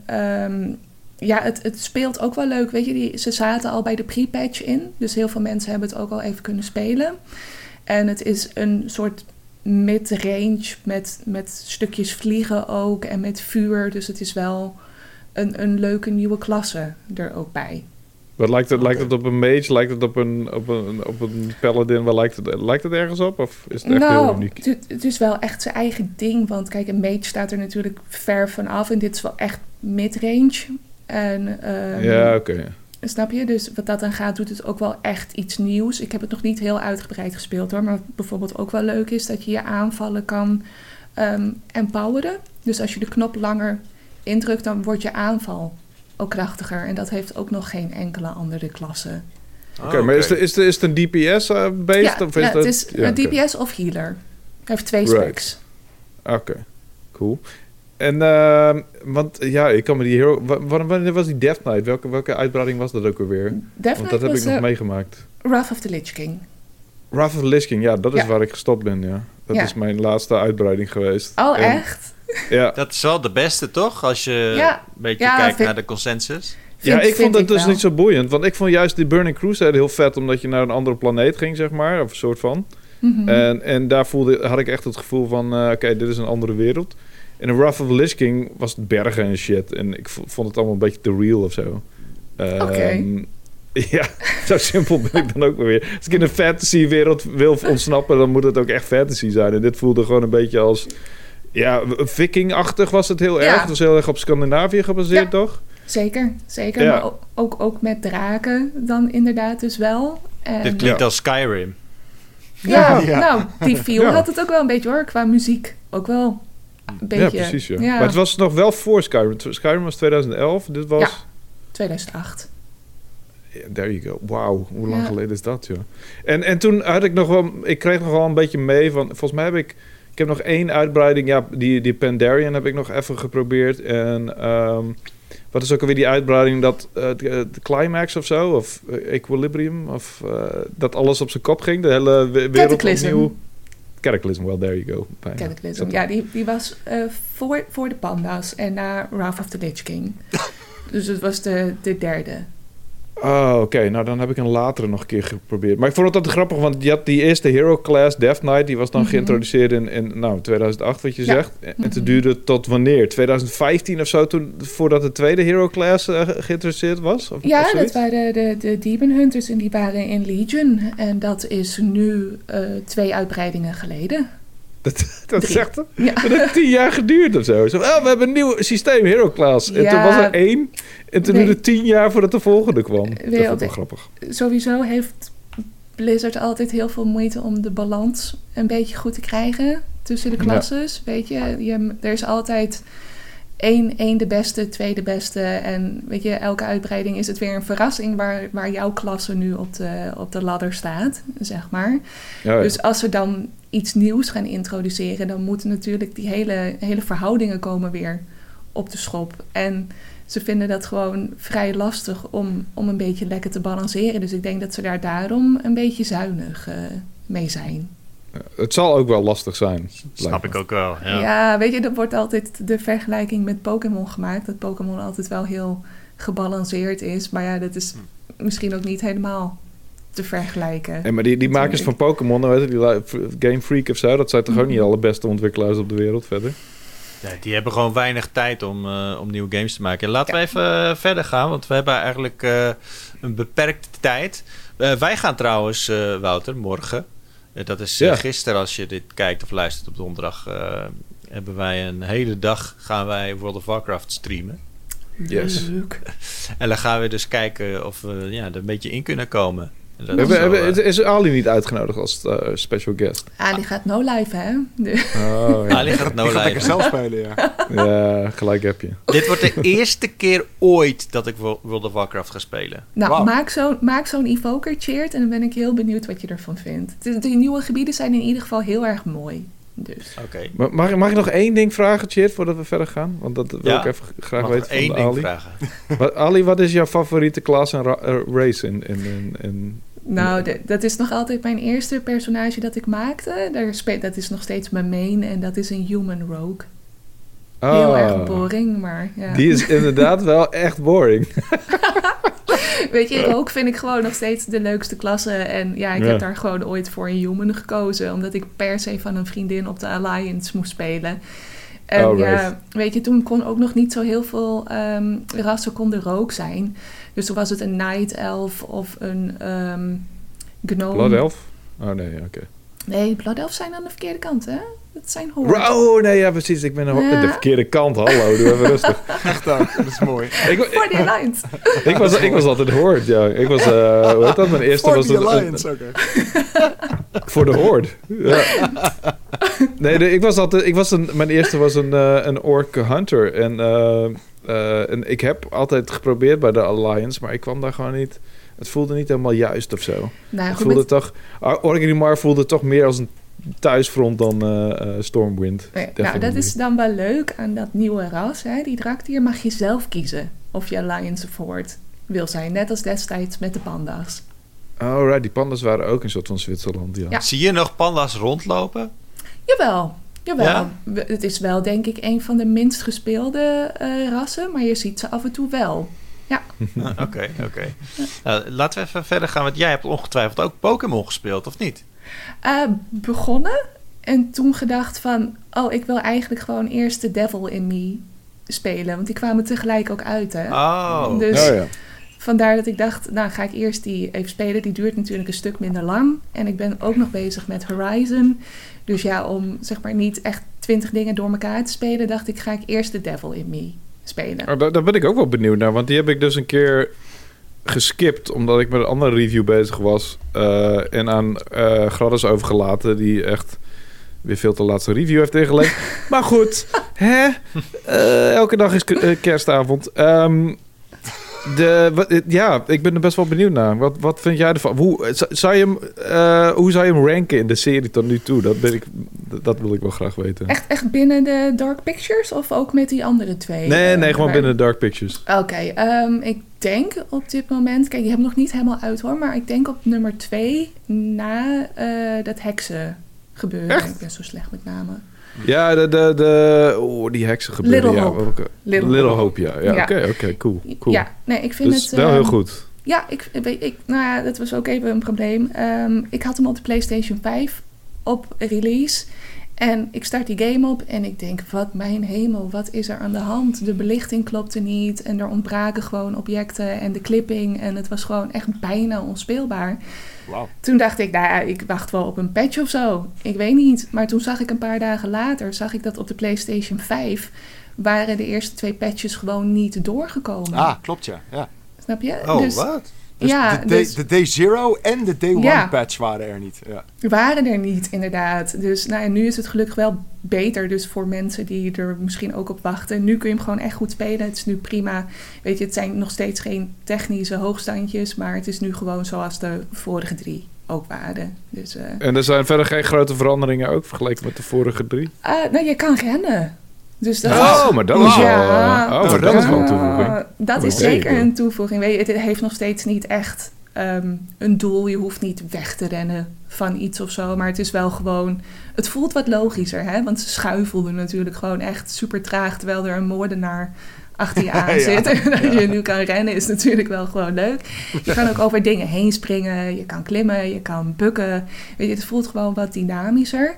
het speelt ook wel leuk. Weet je, ze zaten al bij de pre-patch in. Dus heel veel mensen hebben het ook al even kunnen spelen. En het is een soort mid-range met stukjes vliegen ook en met vuur. Dus het is wel een leuke nieuwe klasse er ook bij. Wat lijkt het op een mage? Lijkt het op een paladin? Waar lijkt het ergens op? Of is het echt heel uniek? Het is wel echt zijn eigen ding. Want kijk, een mage staat er natuurlijk ver vanaf. En dit is wel echt mid-range. En, oké. Snap je? Dus wat dat aan gaat, doet het ook wel echt iets nieuws. Ik heb het nog niet heel uitgebreid gespeeld hoor. Maar wat bijvoorbeeld ook wel leuk is, dat je je aanvallen kan empoweren. Dus als je de knop langer indrukt, dan wordt je aanval ook krachtiger. En dat heeft ook nog geen enkele andere klasse. Oké, maar is het een DPS-based? Het is een DPS of healer. Hij heeft 2 specs. Oké, cool. En, want ik kan me die hero... Wanneer was die Death Knight? Welke uitbreiding was dat ook alweer? Want dat heb ik nog meegemaakt. Wrath of the Lich King. Wrath of the Lich King, ja, dat is waar ik gestopt ben, ja. Dat is mijn laatste uitbreiding geweest. Oh, echt? Ja. Dat is wel de beste, toch? Als je een beetje kijkt naar de consensus. Ik vond dat dus niet zo boeiend. Want ik vond juist die Burning Crusade heel vet, omdat je naar een andere planeet ging, zeg maar. Of een soort van. Mm-hmm. En daar had ik echt het gevoel van, dit is een andere wereld. En in Wrath of the Lich King was het bergen en shit. En ik vond het allemaal een beetje te real of zo. Ja, zo simpel ben ik dan ook weer. Als ik in een fantasy-wereld wil ontsnappen, dan moet het ook echt fantasy zijn. En dit voelde gewoon een beetje als... Ja, viking-achtig was het heel erg. Het was heel erg op Scandinavië gebaseerd, toch? Zeker. Ja. Maar ook met draken dan inderdaad dus wel. Dit klinkt als Skyrim. Ja, nou, die feel had het ook wel een beetje hoor. Qua muziek ook wel een beetje. Ja, precies. Ja. Maar het was nog wel voor Skyrim. Skyrim was 2011. Dit was... Ja, 2008. There you go. Wauw, hoe lang geleden is dat, joh. En toen had ik nog wel... Ik kreeg nog wel een beetje mee van... Volgens mij heb ik heb nog 1 uitbreiding. Ja, die Pandarian heb ik nog even geprobeerd. En wat is ook alweer die uitbreiding? Dat de Climax of zo? Of Equilibrium? Of dat alles op zijn kop ging? De hele wereld opnieuw... Cataclysm, well, there you go. Cataclysm, ja, die was voor de panda's en na Wrath of the Lich King. Dus het was de derde. Oh, oké. Nou, dan heb ik een latere nog een keer geprobeerd. Maar ik vond het altijd grappig, want je had die eerste Hero Class, Death Knight, die was dan geïntroduceerd in 2008, wat je zegt. En toen duurde het tot wanneer? 2015 of zo, voordat de tweede Hero Class geïntroduceerd was? Of dat waren de Demon Hunters en die waren in Legion. En dat is nu 2 uitbreidingen geleden. Dat zegt het? Ja. Dat heeft 10 jaar geduurd of zo. We hebben een nieuw systeem, Hero Class. En toen was er 1. En toen duurde het 10 jaar voordat de volgende kwam. Dat vond ik wel grappig. Sowieso heeft Blizzard altijd heel veel moeite om de balans een beetje goed te krijgen tussen de klasses. Ja. Weet je, er is altijd 1 de beste, 2 de beste. En weet je, elke uitbreiding is het weer een verrassing waar jouw klasse nu op de ladder staat, zeg maar. Ja. Dus als ze dan iets nieuws gaan introduceren, dan moeten natuurlijk die hele verhoudingen komen weer op de schop. En ze vinden dat gewoon vrij lastig om een beetje lekker te balanceren. Dus ik denk dat ze daarom een beetje zuinig mee zijn. Het zal ook wel lastig zijn. Snap ik ook wel, ja. Ja, weet je, er wordt altijd de vergelijking met Pokémon gemaakt. Dat Pokémon altijd wel heel gebalanceerd is. Maar ja, dat is misschien ook niet helemaal te vergelijken. Nee, maar die makers van Pokémon, die Game Freak of zo, dat zijn toch ook niet alle beste ontwikkelaars op de wereld verder? Nee, die hebben gewoon weinig tijd om nieuwe games te maken. Laten we even verder gaan, want we hebben eigenlijk een beperkte tijd. Wij gaan trouwens, Wouter, morgen. Dat is gisteren als je dit kijkt of luistert op donderdag. Hebben wij een hele dag gaan wij World of Warcraft streamen. Yes. En dan gaan we dus kijken of we er een beetje in kunnen komen. Is Ali niet uitgenodigd als special guest? Ali gaat no live, hè? Ali gaat no live. Lekker zelf spelen, ja. Ja, gelijk heb je. Dit wordt de eerste keer ooit dat ik World of Warcraft ga spelen. Nou, maak zo'n Evoker cheert en dan ben ik heel benieuwd wat je ervan vindt. De nieuwe gebieden zijn in ieder geval heel erg mooi. Dus. Okay. Mag ik nog één ding vragen, Cheert, voordat we verder gaan? Want dat wil ik even graag weten van één Ali. Ding vragen. Ali, wat is jouw favoriete klas en race in Nou, dat is nog altijd mijn eerste personage dat ik maakte. Dat is nog steeds mijn main en dat is een human rogue. Heel erg boring, maar ja. Die is inderdaad wel echt boring. Weet je, rogue vind ik gewoon nog steeds de leukste klasse. En ik heb daar gewoon ooit voor een human gekozen. Omdat ik per se van een vriendin op de Alliance moest spelen. En weet je, toen kon ook nog niet zo heel veel rassen konden rogue zijn. Dus toen was het een night elf of een gnome. Blood elf? Oh nee, oké. Nee, blood elf zijn aan de verkeerde kant, hè? Dat zijn horde. Oh nee, ja precies. Ik ben de verkeerde kant. Hallo, doe even rustig. Echt ook, dat is mooi. Voor die Alliance. Ik was altijd horde, ja. Ik was, hoe heet dat? Mijn eerste voor was... Voor die Alliance, oké. Voor de horde. Ja. Nee, mijn eerste was een orc hunter. En ik heb altijd geprobeerd bij de Alliance, maar ik kwam daar gewoon niet... Het voelde niet helemaal juist of zo. Nou, het voelde toch... Orgrimmar voelde toch meer als een thuisfront dan Stormwind. Nou, dat is dan wel leuk aan dat nieuwe ras. Hè? Die draktier mag je zelf kiezen of je Alliance of Horde wil zijn. Net als destijds met de panda's. Oh, right. Die panda's waren ook een soort van Zwitserland, ja. Zie je nog panda's rondlopen? Jawel. Ja? Het is wel, denk ik, een van de minst gespeelde rassen. Maar je ziet ze af en toe wel. Ja. Oké. Laten we even verder gaan. Want jij hebt ongetwijfeld ook Pokémon gespeeld, of niet? Begonnen. En toen gedacht van... Oh, ik wil eigenlijk gewoon eerst de Devil in Me spelen. Want die kwamen tegelijk ook uit, hè. Oh. Dus vandaar dat ik dacht... Nou, ga ik eerst die even spelen. Die duurt natuurlijk een stuk minder lang. En ik ben ook nog bezig met Horizon. Dus ja, om zeg maar niet echt 20 dingen door elkaar te spelen... dacht ik, ga ik eerst de Devil in Me spelen. Oh, daar ben ik ook wel benieuwd naar. Want die heb ik dus een keer geskipt... omdat ik met een andere review bezig was... en aan Gradus overgelaten... die echt weer veel te laatste review heeft ingeleverd. Maar goed, elke dag is kerstavond. Ik ben er best wel benieuwd naar. Wat vind jij ervan? Hoe zou je hem ranken in de serie tot nu toe? Dat wil ik wel graag weten. Echt binnen de Dark Pictures of ook met die andere twee? Nee, gewoon binnen de Dark Pictures. Oké, ik denk op dit moment... Kijk, je hebt nog niet helemaal uit hoor... maar ik denk op nummer 2 na dat heksen gebeuren. Echt? Ik ben zo slecht met namen. Ja, die heksen gebeuren. Little Hope, ja. Oké, cool. Ja, nee, ik vind dus het... wel heel goed. Ja, dat was ook even een probleem. Ik had hem op de PlayStation 5 op release. En ik start die game op en ik denk, wat mijn hemel, wat is er aan de hand? De belichting klopte niet en er ontbraken gewoon objecten en de clipping. En het was gewoon echt bijna onspeelbaar. Wow. Toen dacht ik, ik wacht wel op een patch of zo. Ik weet niet. Maar toen zag ik een paar dagen later, dat op de PlayStation 5 waren de eerste 2 patches gewoon niet doorgekomen. Ah, klopt ja. Snap je? Oh, wat? Dus ja, de Day Zero en de Day One patch waren er niet. Ja. Waren er niet, inderdaad. Dus en nu is het gelukkig wel beter. Dus voor mensen die er misschien ook op wachten. Nu kun je hem gewoon echt goed spelen. Het is nu prima. Weet je, het zijn nog steeds geen technische hoogstandjes. Maar het is nu gewoon zoals de vorige 3 ook waren. Dus, en er zijn verder geen grote veranderingen ook vergeleken met de vorige 3? Je kan rennen. Dus dat maar dat is wel dat is wel een toevoeging. Dat is zeker een toevoeging. Weet je, het heeft nog steeds niet echt een doel. Je hoeft niet weg te rennen van iets of zo. Maar het is wel gewoon... Het voelt wat logischer, hè? Want ze schuifelden natuurlijk gewoon echt super traag... terwijl er een moordenaar achter je aan zit. En dat je nu kan rennen is natuurlijk wel gewoon leuk. Je kan ook over dingen heen springen. Je kan klimmen, je kan bukken. Weet je, het voelt gewoon wat dynamischer.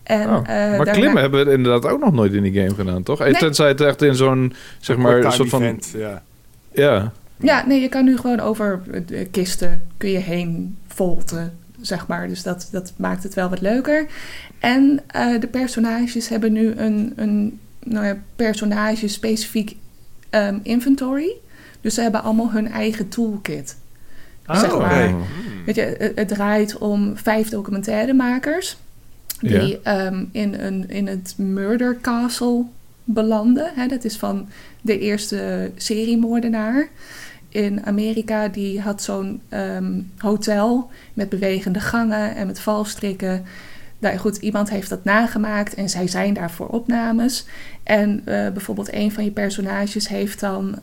En, maar klimmen hebben we inderdaad ook nog nooit in die game gedaan, toch? Nee. Tenzij het echt in zo'n, zeg maar, een soort van... event, ja. Ja, nee, je kan nu gewoon over de kisten kun je heen volten, zeg maar. Dus dat maakt het wel wat leuker. En de personages hebben nu een personage-specifiek inventory. Dus ze hebben allemaal hun eigen toolkit. Zeg maar. Weet je, het draait om 5 documentairemakers die in het Murder Castle belanden. Hè, dat is van de eerste seriemoordenaar in Amerika. Die had zo'n hotel met bewegende gangen en met valstrikken. Nou goed, iemand heeft dat nagemaakt en zij zijn daar voor opnames. En bijvoorbeeld een van je personages heeft dan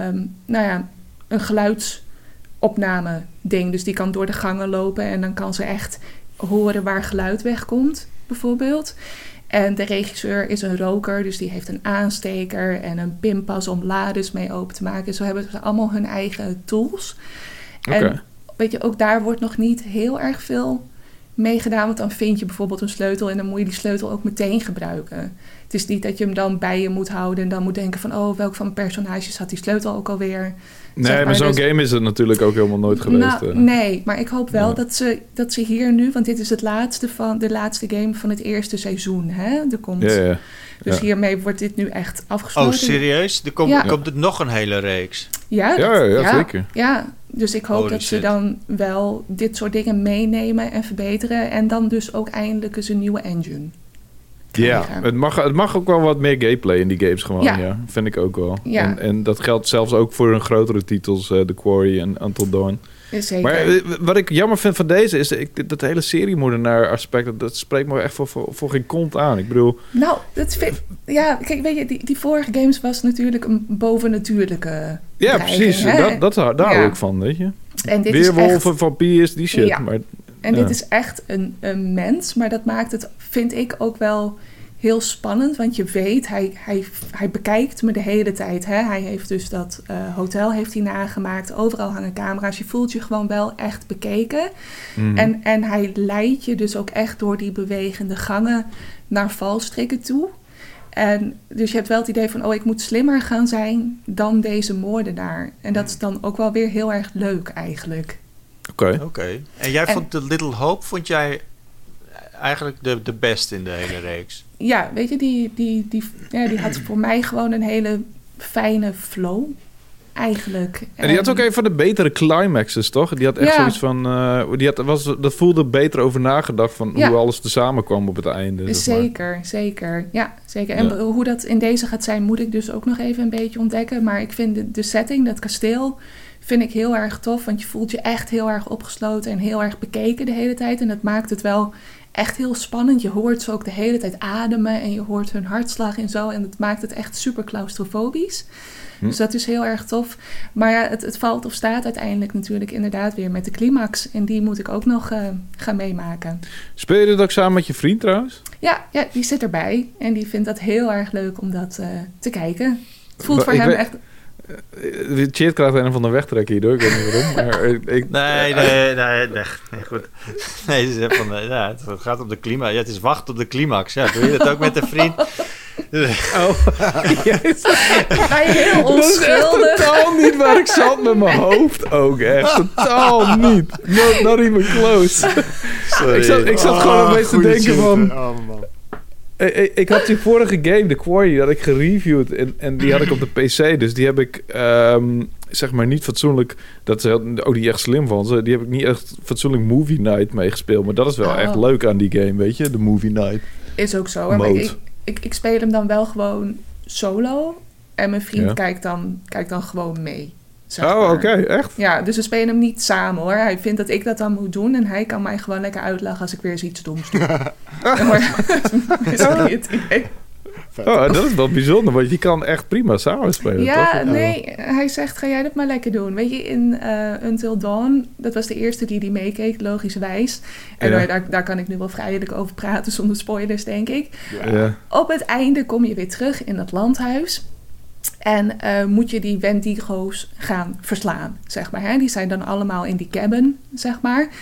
een geluidsopname ding. Dus die kan door de gangen lopen en dan kan ze echt horen waar geluid wegkomt, bijvoorbeeld. En de regisseur is een roker, dus die heeft een aansteker en een pinpas om lades mee open te maken. Zo hebben ze allemaal hun eigen tools. Okay. En weet je, ook daar wordt nog niet heel erg veel mee gedaan, want dan vind je bijvoorbeeld een sleutel en dan moet je die sleutel ook meteen gebruiken. Het is niet dat je hem dan bij je moet houden en dan moet denken van, welk van mijn personages had die sleutel ook alweer. Nee, maar zo'n game is het natuurlijk ook helemaal nooit geweest. Nee, maar ik hoop wel dat ze hier nu, want dit is de laatste game van het eerste seizoen. Hè? Er komt, dus hiermee wordt dit nu echt afgesloten. Oh, serieus? Er komt er nog een hele reeks? Ja, zeker. Ja, dus ik hoop dat ze dan wel dit soort dingen meenemen en verbeteren. En dan dus ook eindelijk eens een nieuwe engine. Ja, het mag ook wel wat meer gameplay in die games gewoon. Ja, vind ik ook wel. Ja. En dat geldt zelfs ook voor hun grotere titels, The Quarry en Until Dawn. Zeker. Maar wat ik jammer vind van deze is dat hele seriemoordenaar aspect, dat spreekt me echt voor geen kont aan. Ik bedoel... Nou, kijk, weet je, die vorige games was natuurlijk een bovennatuurlijke dreiging. Precies. Hè? Daar hou ik van, weet je. En dit weerwolven, is echt... vampiers, die shit. Ja. Maar, en dit is echt een mens, maar dat maakt het, vind ik, ook wel heel spannend. Want je weet, hij bekijkt me de hele tijd. Hè? Hij heeft dus dat hotel heeft hij nagemaakt. Overal hangen camera's. Je voelt je gewoon wel echt bekeken. Mm. En hij leidt je dus ook echt door die bewegende gangen naar valstrikken toe. En dus je hebt wel het idee van, ik moet slimmer gaan zijn dan deze moordenaar. En dat is dan ook wel weer heel erg leuk eigenlijk. Oké. En jij vond The Little Hope, vond jij eigenlijk de beste in de hele reeks? Ja, weet je, die had voor mij gewoon een hele fijne flow, eigenlijk. En die had ook een van de betere climaxes, toch? Die had echt zoiets van... dat voelde beter over nagedacht van hoe alles tezamen kwam op het einde. Zeker. Ja, zeker. En hoe dat in deze gaat zijn, moet ik dus ook nog even een beetje ontdekken. Maar ik vind de setting, dat kasteel, vind ik heel erg tof. Want je voelt je echt heel erg opgesloten en heel erg bekeken de hele tijd. En dat maakt het wel echt heel spannend. Je hoort ze ook de hele tijd ademen en je hoort hun hartslag en zo. En dat maakt het echt super claustrofobisch. Dus dat is heel erg tof. Maar ja, het valt of staat uiteindelijk natuurlijk inderdaad weer met de climax. En die moet ik ook nog gaan meemaken. Speel je dit ook samen met je vriend trouwens? Ja, die zit erbij. En die vindt dat heel erg leuk om dat te kijken. Het voelt voor hem echt... Cheert krijgt een van de wegtrekken hierdoor. Ik weet niet waarom. Maar Nee, goed. Nee, het gaat om de climax. Ja, het is wachten op de climax. Ja, doe je dat ook met een vriend? Yes. Heel onschuldig. Dat is totaal niet waar ik zat met mijn hoofd ook. Echt totaal niet. Not even close. Sorry. Ik zat gewoon een beetje te denken van... Ik had die vorige game, The Quarry, dat ik gereviewd en die had ik op de PC. Dus die heb ik zeg maar niet fatsoenlijk... Dat is ook niet echt slim van ze. Die heb ik niet echt fatsoenlijk Movie Night meegespeeld. Maar dat is wel echt leuk aan die game, weet je? De Movie Night. Is ook zo. Maar ik speel hem dan wel gewoon solo. En mijn vriend kijkt dan gewoon mee. Oké, echt? Ja, dus we spelen hem niet samen hoor. Hij vindt dat ik dat dan moet doen. En hij kan mij gewoon lekker uitlachen als ik weer eens iets doms doe. Is dat niet het idee? Dat is wel bijzonder, want je kan echt prima samenspelen, toch? Ja, nee, hij zegt, ga jij dat maar lekker doen. Weet je, in Until Dawn, dat was de eerste die meekeek, logischerwijs. En daar kan ik nu wel vrijelijk over praten, zonder spoilers, denk ik. Ja. Op het einde kom je weer terug in dat landhuis. En moet je die Wendigo's gaan verslaan, zeg maar. Hè? Die zijn dan allemaal in die cabin, zeg maar.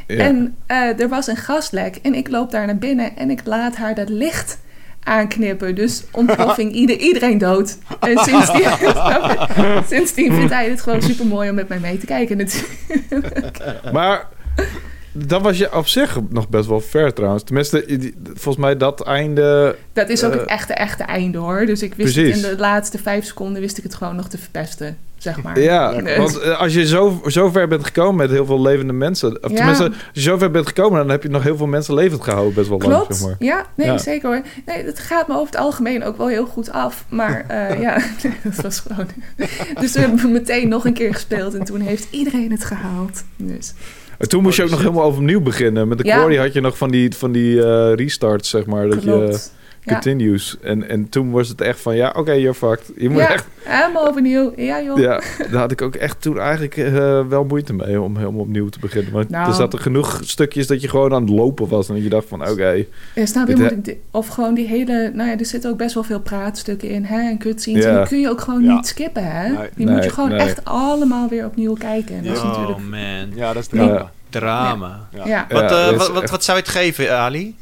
Ja. En er was een gaslek en ik loop daar naar binnen en ik laat haar dat licht aanknippen. Dus ontploffing, iedereen dood. En sindsdien vindt hij het gewoon super mooi om met mij mee te kijken natuurlijk. Maar dan was je op zich nog best wel ver trouwens. Tenminste, volgens mij dat einde... Dat is ook het echte einde hoor. Dus ik wist het in de laatste 5 seconden wist ik het gewoon nog te verpesten, zeg maar. Ja, want als je zo ver bent gekomen met heel veel levende mensen... Of tenminste, als je zo ver bent gekomen... dan heb je nog heel veel mensen levend gehouden best wel lang, zeg maar. Ja, nee, zeker hoor. Nee, het gaat me over het algemeen ook wel heel goed af. Maar dat was gewoon... Dus we hebben meteen nog een keer gespeeld... en toen heeft iedereen het gehaald. Dus... En toen moest je ook nog helemaal opnieuw beginnen. Met de Quarry had je nog van die restarts, zeg maar. Dat Klopt. je continues. En toen was het echt van, oké, you're fucked. Je moet echt... helemaal overnieuw. Ja, joh. Ja, daar had ik ook echt toen eigenlijk wel moeite mee om helemaal opnieuw te beginnen. Want er zaten genoeg stukjes dat je gewoon aan het lopen was. En dat je dacht van, oké. Ja, snap je? Of gewoon die hele... Nou ja, er zitten ook best wel veel praatstukken in, hè? En cutscenes. En die kun je ook gewoon niet skippen, hè? Die moet je gewoon echt allemaal weer opnieuw kijken. En dat is natuurlijk... Oh, man. Ja, dat is drama. Drama. Ja. Wat zou je het geven, Ali?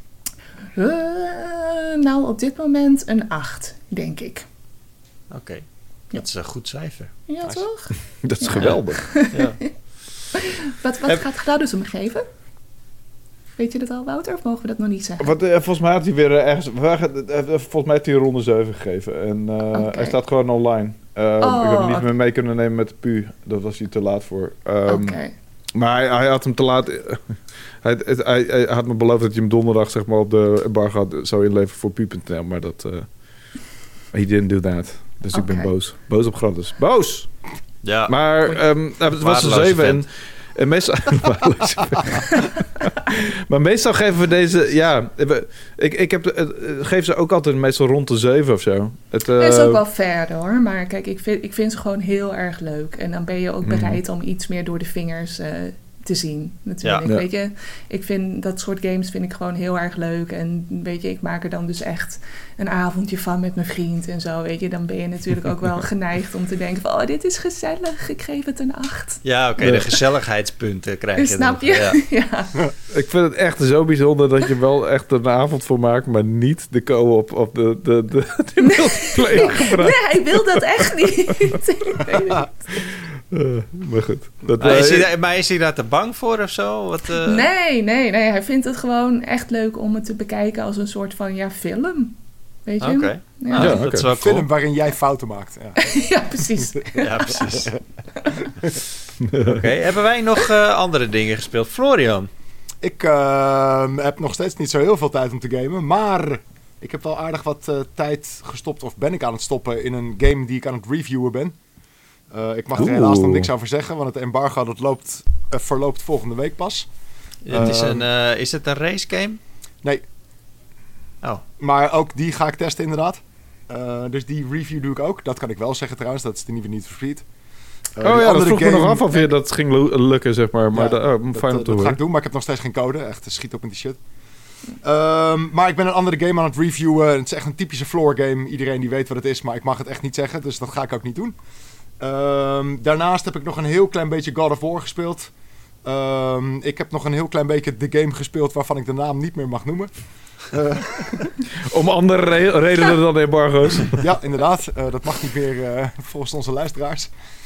Nou, op dit moment een 8, denk ik. Oké. Dat is een goed cijfer. Ja, nice. Toch? Dat is geweldig. Ja. Wat gaat Gladys hem geven? Weet je dat al, Wouter? Of mogen we dat nog niet zeggen? Volgens mij had hij weer ergens... Volgens mij heeft hij een ronde 7 gegeven. En hij staat gewoon online. Ik heb hem niet meer mee kunnen nemen met de PU. Dat was hij te laat voor. Maar hij had hem te laat... Hij had me beloofd dat je hem donderdag zeg maar, op de embargo zou inleveren voor pu.nl. Maar dat... he didn't do that. Dus ik ben boos. Boos op Gladys. Boos! Ja. Maar het was een 7 en meestal... maar meestal geven we deze... Ja, ik geef ze ook altijd meestal rond de 7 of zo. Het is ook wel fair hoor. Maar kijk, ik vind ze gewoon heel erg leuk. En dan ben je ook bereid om iets meer door de vingers te zien. Natuurlijk. Ja. Weet je, ik vind dat soort games vind ik gewoon heel erg leuk. En weet je, ik maak er dan dus echt een avondje van met mijn vriend en zo. Weet je, dan ben je natuurlijk ook wel geneigd om te denken van, oh, dit is gezellig. Ik geef het een 8. Ja, oké, de gezelligheidspunten krijg je. Snap je? Ja. Ik vind het echt zo bijzonder dat je wel echt een avond voor maakt, maar niet de co-op op de multiplayer gebruikt. Nee, hij wil dat echt niet. Maar goed. Maar is hij daar te bang voor of zo? Wat, Nee. Hij vindt het gewoon echt leuk om het te bekijken als een soort van film. Weet je? Oké. Ja. Dat is wel een film waarin jij fouten maakt. Ja, ja precies. Ja, precies. Oké, hebben wij nog andere dingen gespeeld? Florian? Ik heb nog steeds niet zo heel veel tijd om te gamen, maar ik heb wel aardig wat tijd gestopt, of ben ik aan het stoppen in een game die ik aan het reviewen ben. Ik mag er helaas nog niks over zeggen, want het embargo dat verloopt volgende week pas. Is het een race game? Nee. Oh. Maar ook die ga ik testen inderdaad. Dus die review doe ik ook. Dat kan ik wel zeggen trouwens, dat is de nieuwe Need for Speed. Dat vroeg me nog af of je dat ging lukken, zeg maar. Maar dat ga ik doen, maar ik heb nog steeds geen code. Echt, schiet op in die shit. Maar ik ben een andere game aan het reviewen. Het is echt een typische floor game. Iedereen die weet wat het is, maar ik mag het echt niet zeggen. Dus dat ga ik ook niet doen. Daarnaast heb ik nog een heel klein beetje God of War gespeeld. Ik heb nog een heel klein beetje de game gespeeld waarvan ik de naam niet meer mag noemen. Om andere redenen dan embargo's. Ja, inderdaad. Dat mag niet meer volgens onze luisteraars.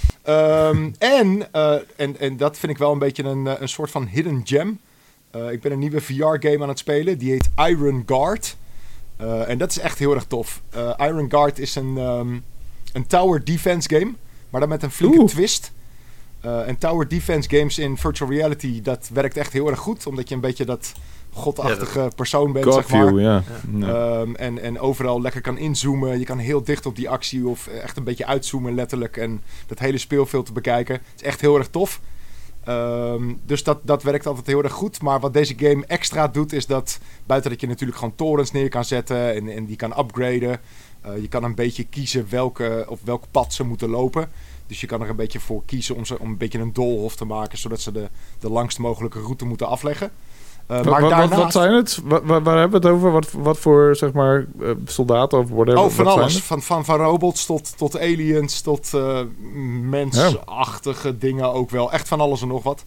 En dat vind ik wel een beetje een soort van hidden gem. Ik ben een nieuwe VR-game aan het spelen. Die heet Iron Guard. En dat is echt heel erg tof. Iron Guard is een tower defense game. Maar dan met een flinke twist. En tower defense games in virtual reality, dat werkt echt heel erg goed. Omdat je een beetje dat godachtige persoon bent, zeg maar. Ja. En overal lekker kan inzoomen. Je kan heel dicht op die actie of echt een beetje uitzoomen letterlijk. En dat hele speelveld te bekijken. Het is echt heel erg tof. Dus dat werkt altijd heel erg goed. Maar wat deze game extra doet is dat, buiten dat je natuurlijk gewoon torens neer kan zetten en die kan upgraden. Je kan een beetje kiezen op welk pad ze moeten lopen. Dus je kan er een beetje voor kiezen om een beetje een doolhof te maken, zodat ze de langst mogelijke route moeten afleggen. Wat zijn het? Waar hebben we het over? Wat voor, zeg maar, soldaten of whatever? Oh, van alles. Van robots tot aliens, tot mensachtige dingen ook wel. Echt van alles en nog wat.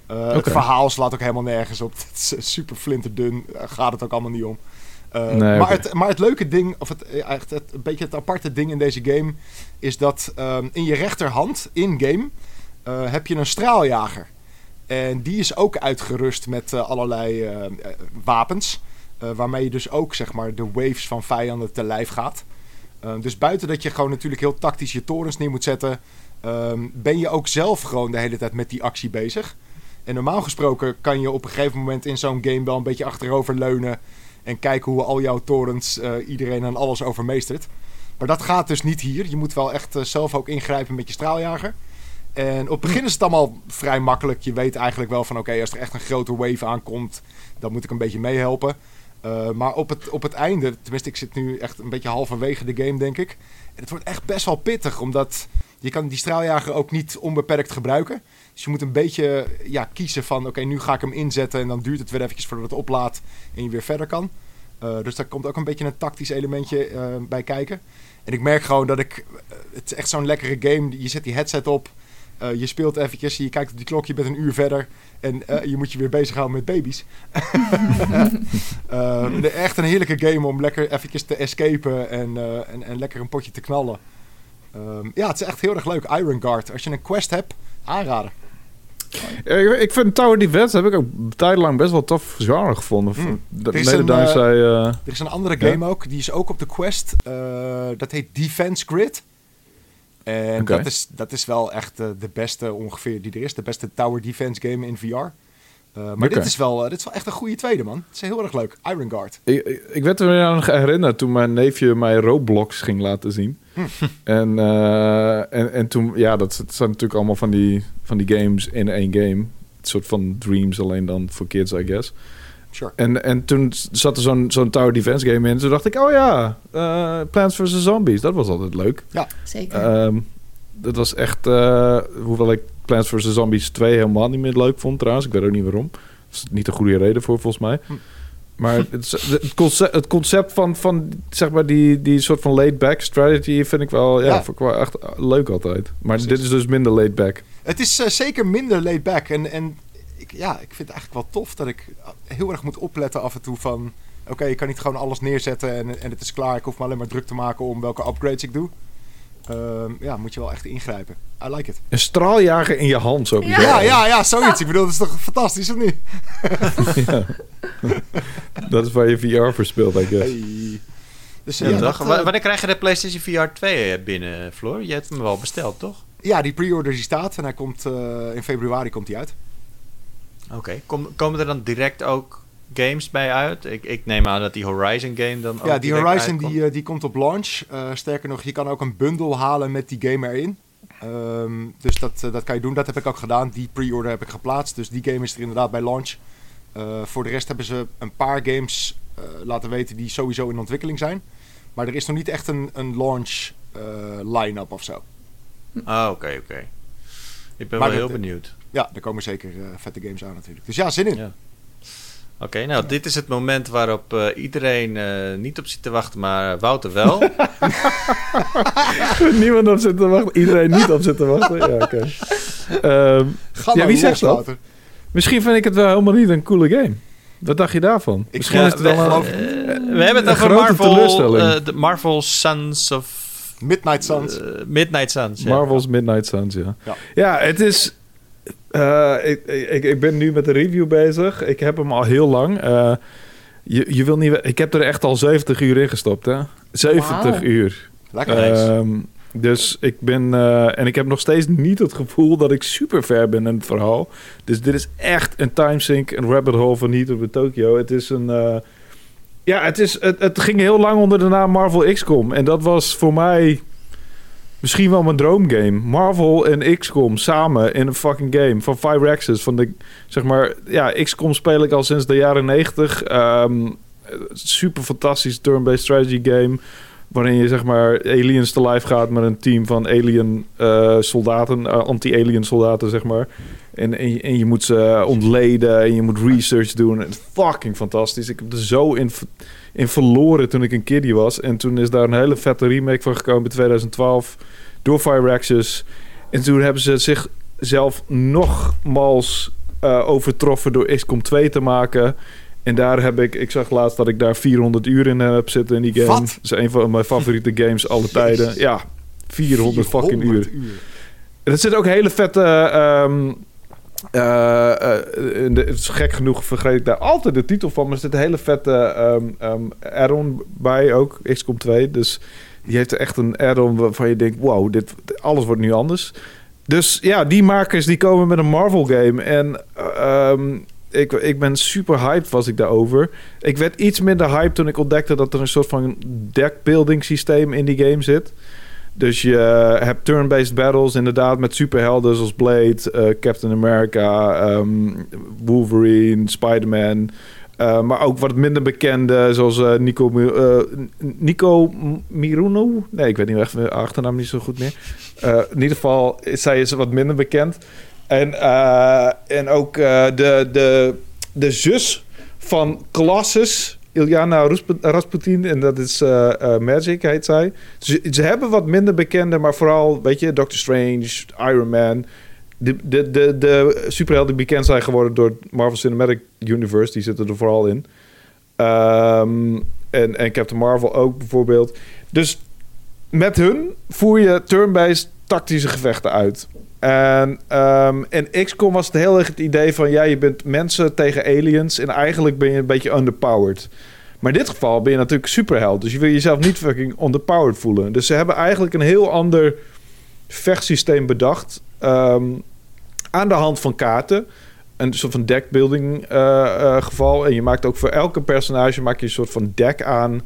Het verhaal slaat ook helemaal nergens op. Het is super flinterdun. Gaat het ook allemaal niet om. Maar het leuke ding, of een beetje het aparte ding in deze game, is dat in je rechterhand, in-game, heb je een straaljager. En die is ook uitgerust met allerlei wapens. Waarmee je dus ook, zeg maar, de waves van vijanden te lijf gaat. Dus buiten dat je gewoon natuurlijk heel tactisch je torens neer moet zetten, ben je ook zelf gewoon de hele tijd met die actie bezig. En normaal gesproken kan je op een gegeven moment in zo'n game wel een beetje achterover leunen en kijken hoe al jouw torens iedereen en alles overmeestert. Maar dat gaat dus niet hier. Je moet wel echt zelf ook ingrijpen met je straaljager. En op het begin is het allemaal vrij makkelijk. Je weet eigenlijk wel van oké, als er echt een grote wave aankomt, dan moet ik een beetje meehelpen. Maar op het einde, tenminste ik zit nu echt een beetje halverwege de game denk ik. En het wordt echt best wel pittig, omdat je kan die straaljager ook niet onbeperkt gebruiken. Dus je moet een beetje kiezen van oké, nu ga ik hem inzetten en dan duurt het weer eventjes voordat het oplaadt en je weer verder kan. Dus daar komt ook een beetje een tactisch elementje bij kijken. En ik merk gewoon dat het is echt zo'n lekkere game. Je zet die headset op, je speelt eventjes, je kijkt op die klok, je bent een uur verder en je moet je weer bezighouden met baby's. Echt een heerlijke game om lekker eventjes te escapen en lekker een potje te knallen. Het is echt heel erg leuk. Iron Guard, als je een quest hebt, aanraden. Ik vind Tower Defense heb ik ook tijdlang best wel tof genre gevonden. Er is een andere game ook, die is ook op de Quest. Dat heet Defense Grid. En dat is wel echt de beste ongeveer die er is. De beste Tower Defense game in VR. Maar dit is wel echt een goede tweede, man. Het is heel erg leuk. Iron Guard. Ik werd er weer aan herinnerd toen mijn neefje mij Roblox ging laten zien. En toen, dat zijn natuurlijk allemaal van die games in één game. Een soort van Dreams, alleen dan voor kids, I guess. Sure. En toen zat er zo'n Tower Defense game in. Toen dacht ik, Plants vs. Zombies. Dat was altijd leuk. Ja, zeker. Dat was echt... hoewel ik Plants vs. Zombies 2 helemaal niet meer leuk vond trouwens. Ik weet ook niet waarom. Dat is niet een goede reden voor, volgens mij. Maar het concept van zeg maar die soort van laid-back strategy vind ik wel, vond ik wel echt leuk altijd. Maar precies. Dit is dus minder laid-back. Het is zeker minder laid-back. En ik vind het eigenlijk wel tof dat ik heel erg moet opletten af en toe van oké, ik kan niet gewoon alles neerzetten en het is klaar. Ik hoef me alleen maar druk te maken om welke upgrades ik doe. Moet je wel echt ingrijpen. I like it. Een straaljager in je hand zo. Ja, zoiets. Ik bedoel, dat is toch fantastisch, of niet? Ja. Dat is waar je VR voor speelt, I guess. Hey. Dus, wanneer krijg je de PlayStation VR 2 binnen, Floor? Je hebt hem wel besteld, toch? Ja, die pre-order die staat en hij komt in februari komt hij uit. Oké. Komen er dan direct ook games bij uit? Ik neem aan dat die Horizon game dan ook ja, die Horizon die komt op launch. Sterker nog, je kan ook een bundle halen met die game erin. Dus dat kan je doen. Dat heb ik ook gedaan. Die pre-order heb ik geplaatst. Dus die game is er inderdaad bij launch. Voor de rest hebben ze een paar games laten weten die sowieso in ontwikkeling zijn. Maar er is nog niet echt een launch line-up of zo. Oké. Ik ben wel heel benieuwd. Ja, er komen zeker vette games aan natuurlijk. Dus ja, zin in. Ja. Oké, nou, dit is het moment waarop iedereen niet op zit te wachten, maar Wouter wel. Niemand op zit te wachten, iedereen niet op zit te wachten. Ja, oké. Wie zegt dat? Wouter. Misschien vind ik het wel helemaal niet een coole game. Wat dacht je daarvan? Misschien is het wel we hebben het over de Marvel Sons of... Midnight Suns. Midnight Suns, ja. Marvel's Midnight Suns, ja. Het is... Ik ben nu met de review bezig. Ik heb hem al heel lang. Je wil niet... Ik heb er echt al 70 uur in gestopt, hè? 70 uur. Lekker. Dus ik ben... en ik heb nog steeds niet het gevoel dat ik super ver ben in het verhaal. Dus dit is echt een timesink, een rabbit hole van Heat of Tokyo. Het is een... het ging heel lang onder de naam Marvel XCOM. En dat was voor mij... misschien wel mijn droomgame. Marvel en XCOM samen in een fucking game. Van Firaxis. Van de, zeg maar... Ja, XCOM speel ik al sinds de jaren 90. Super fantastisch turn-based strategy game. Waarin je zeg maar aliens te lijf gaat met een team van alien soldaten. Anti-alien soldaten, zeg maar. En je moet ze ontleden. En je moet research doen. Het is fucking fantastisch. Ik heb er zo in verloren toen ik een kiddie was. En toen is daar een hele vette remake van gekomen in 2012 door Firaxis. En toen hebben ze zichzelf nogmaals overtroffen door XCOM 2 te maken. En daar heb ik zag laatst dat ik daar 400 uur in heb zitten in die game. Wat? Dat is een van mijn favoriete games alle tijden. Ja, 400 fucking uur. En er zit ook hele vette... het is gek genoeg, vergeet ik daar altijd de titel van. Maar er zit een hele vette add-on bij ook, XCOM 2. Dus die heeft echt een add-on waarvan je denkt... wow, alles wordt nu anders. Dus ja, die makers die komen met een Marvel game. En ik ben super hyped was ik daarover. Ik werd iets minder hyped toen ik ontdekte... dat er een soort van deckbuilding systeem in die game zit. Dus je hebt turn-based battles inderdaad met superhelden zoals Blade, Captain America, Wolverine, Spider-Man. Maar ook wat minder bekende zoals Nico Miruno. Nee, ik weet niet echt de achternaam niet zo goed meer. In ieder geval, zij is wat minder bekend. En ook de zus van Colossus... Ilyana Rasputin, en dat is Magic, heet zij. Ze hebben wat minder bekende, maar vooral, weet je, Doctor Strange, Iron Man. De superhelden die bekend zijn geworden door Marvel Cinematic Universe, die zitten er vooral in. En Captain Marvel ook bijvoorbeeld. Dus met hun voer je turn-based tactische gevechten uit. En XCOM was het heel erg het idee van... ja, je bent mensen tegen aliens... en eigenlijk ben je een beetje underpowered. Maar in dit geval ben je natuurlijk superheld. Dus je wil jezelf niet fucking underpowered voelen. Dus ze hebben eigenlijk een heel ander vechtsysteem bedacht... aan de hand van kaarten. Een soort van deckbuilding geval. En je maakt ook voor elke personage... maak je een soort van deck aan...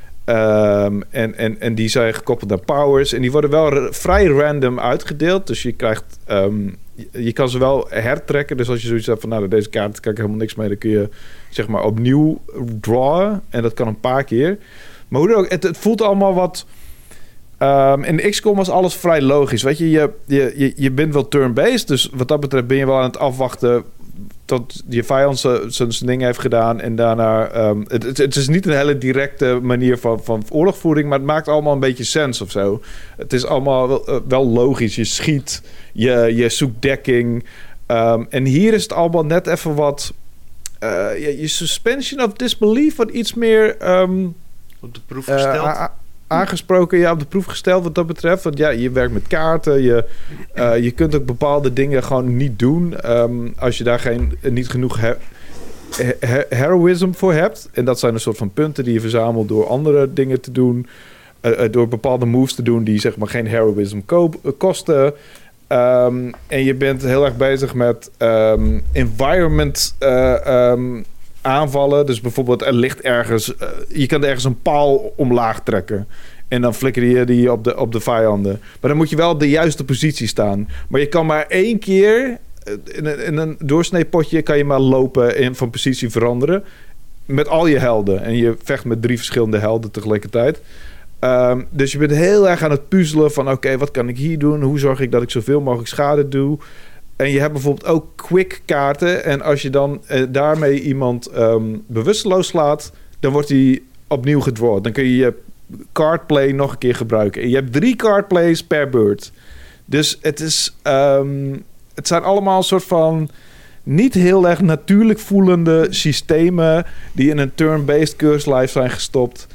En die zijn gekoppeld aan powers. En die worden wel vrij random uitgedeeld. Dus je krijgt... je kan ze wel hertrekken. Dus als je zoiets hebt van... nou, deze kaart kan ik helemaal niks mee... dan kun je zeg maar opnieuw drawen. En dat kan een paar keer. Maar hoe dan ook... Het voelt allemaal wat... in XCOM was alles vrij logisch. Weet je, je bent wel turn-based. Dus wat dat betreft ben je wel aan het afwachten... tot je vijand zijn ding heeft gedaan... en daarna... Het is niet een hele directe manier van oorlogvoering... maar het maakt allemaal een beetje sens of zo. Het is allemaal wel logisch. Je schiet, je zoekt dekking. En hier is het allemaal net even wat... je suspension of disbelief... wat iets meer... op de proef gesteld? Aangesproken, op de proef gesteld wat dat betreft. Want ja, je werkt met kaarten. Je kunt ook bepaalde dingen gewoon niet doen. Als je daar niet genoeg heroism voor hebt. En dat zijn een soort van punten die je verzamelt door andere dingen te doen. Door bepaalde moves te doen die zeg maar geen heroism kosten. En je bent heel erg bezig met environment aanvallen. Dus bijvoorbeeld er ligt ergens... je kan ergens een paal omlaag trekken. En dan flikker je die op de vijanden. Maar dan moet je wel op de juiste positie staan. Maar je kan maar 1 keer... in een doorsneepotje kan je maar lopen en van positie veranderen. Met al je helden. En je vecht met 3 verschillende helden tegelijkertijd. Dus je bent heel erg aan het puzzelen van... oké, wat kan ik hier doen? Hoe zorg ik dat ik zoveel mogelijk schade doe? En je hebt bijvoorbeeld ook quick kaarten. En als je dan daarmee iemand bewusteloos slaat... dan wordt hij opnieuw gedrawd. Dan kun je je cardplay nog een keer gebruiken. En je hebt 3 cardplays per beurt. Dus het is... het zijn allemaal een soort van... niet heel erg natuurlijk voelende systemen... die in een turn-based curse life zijn gestopt...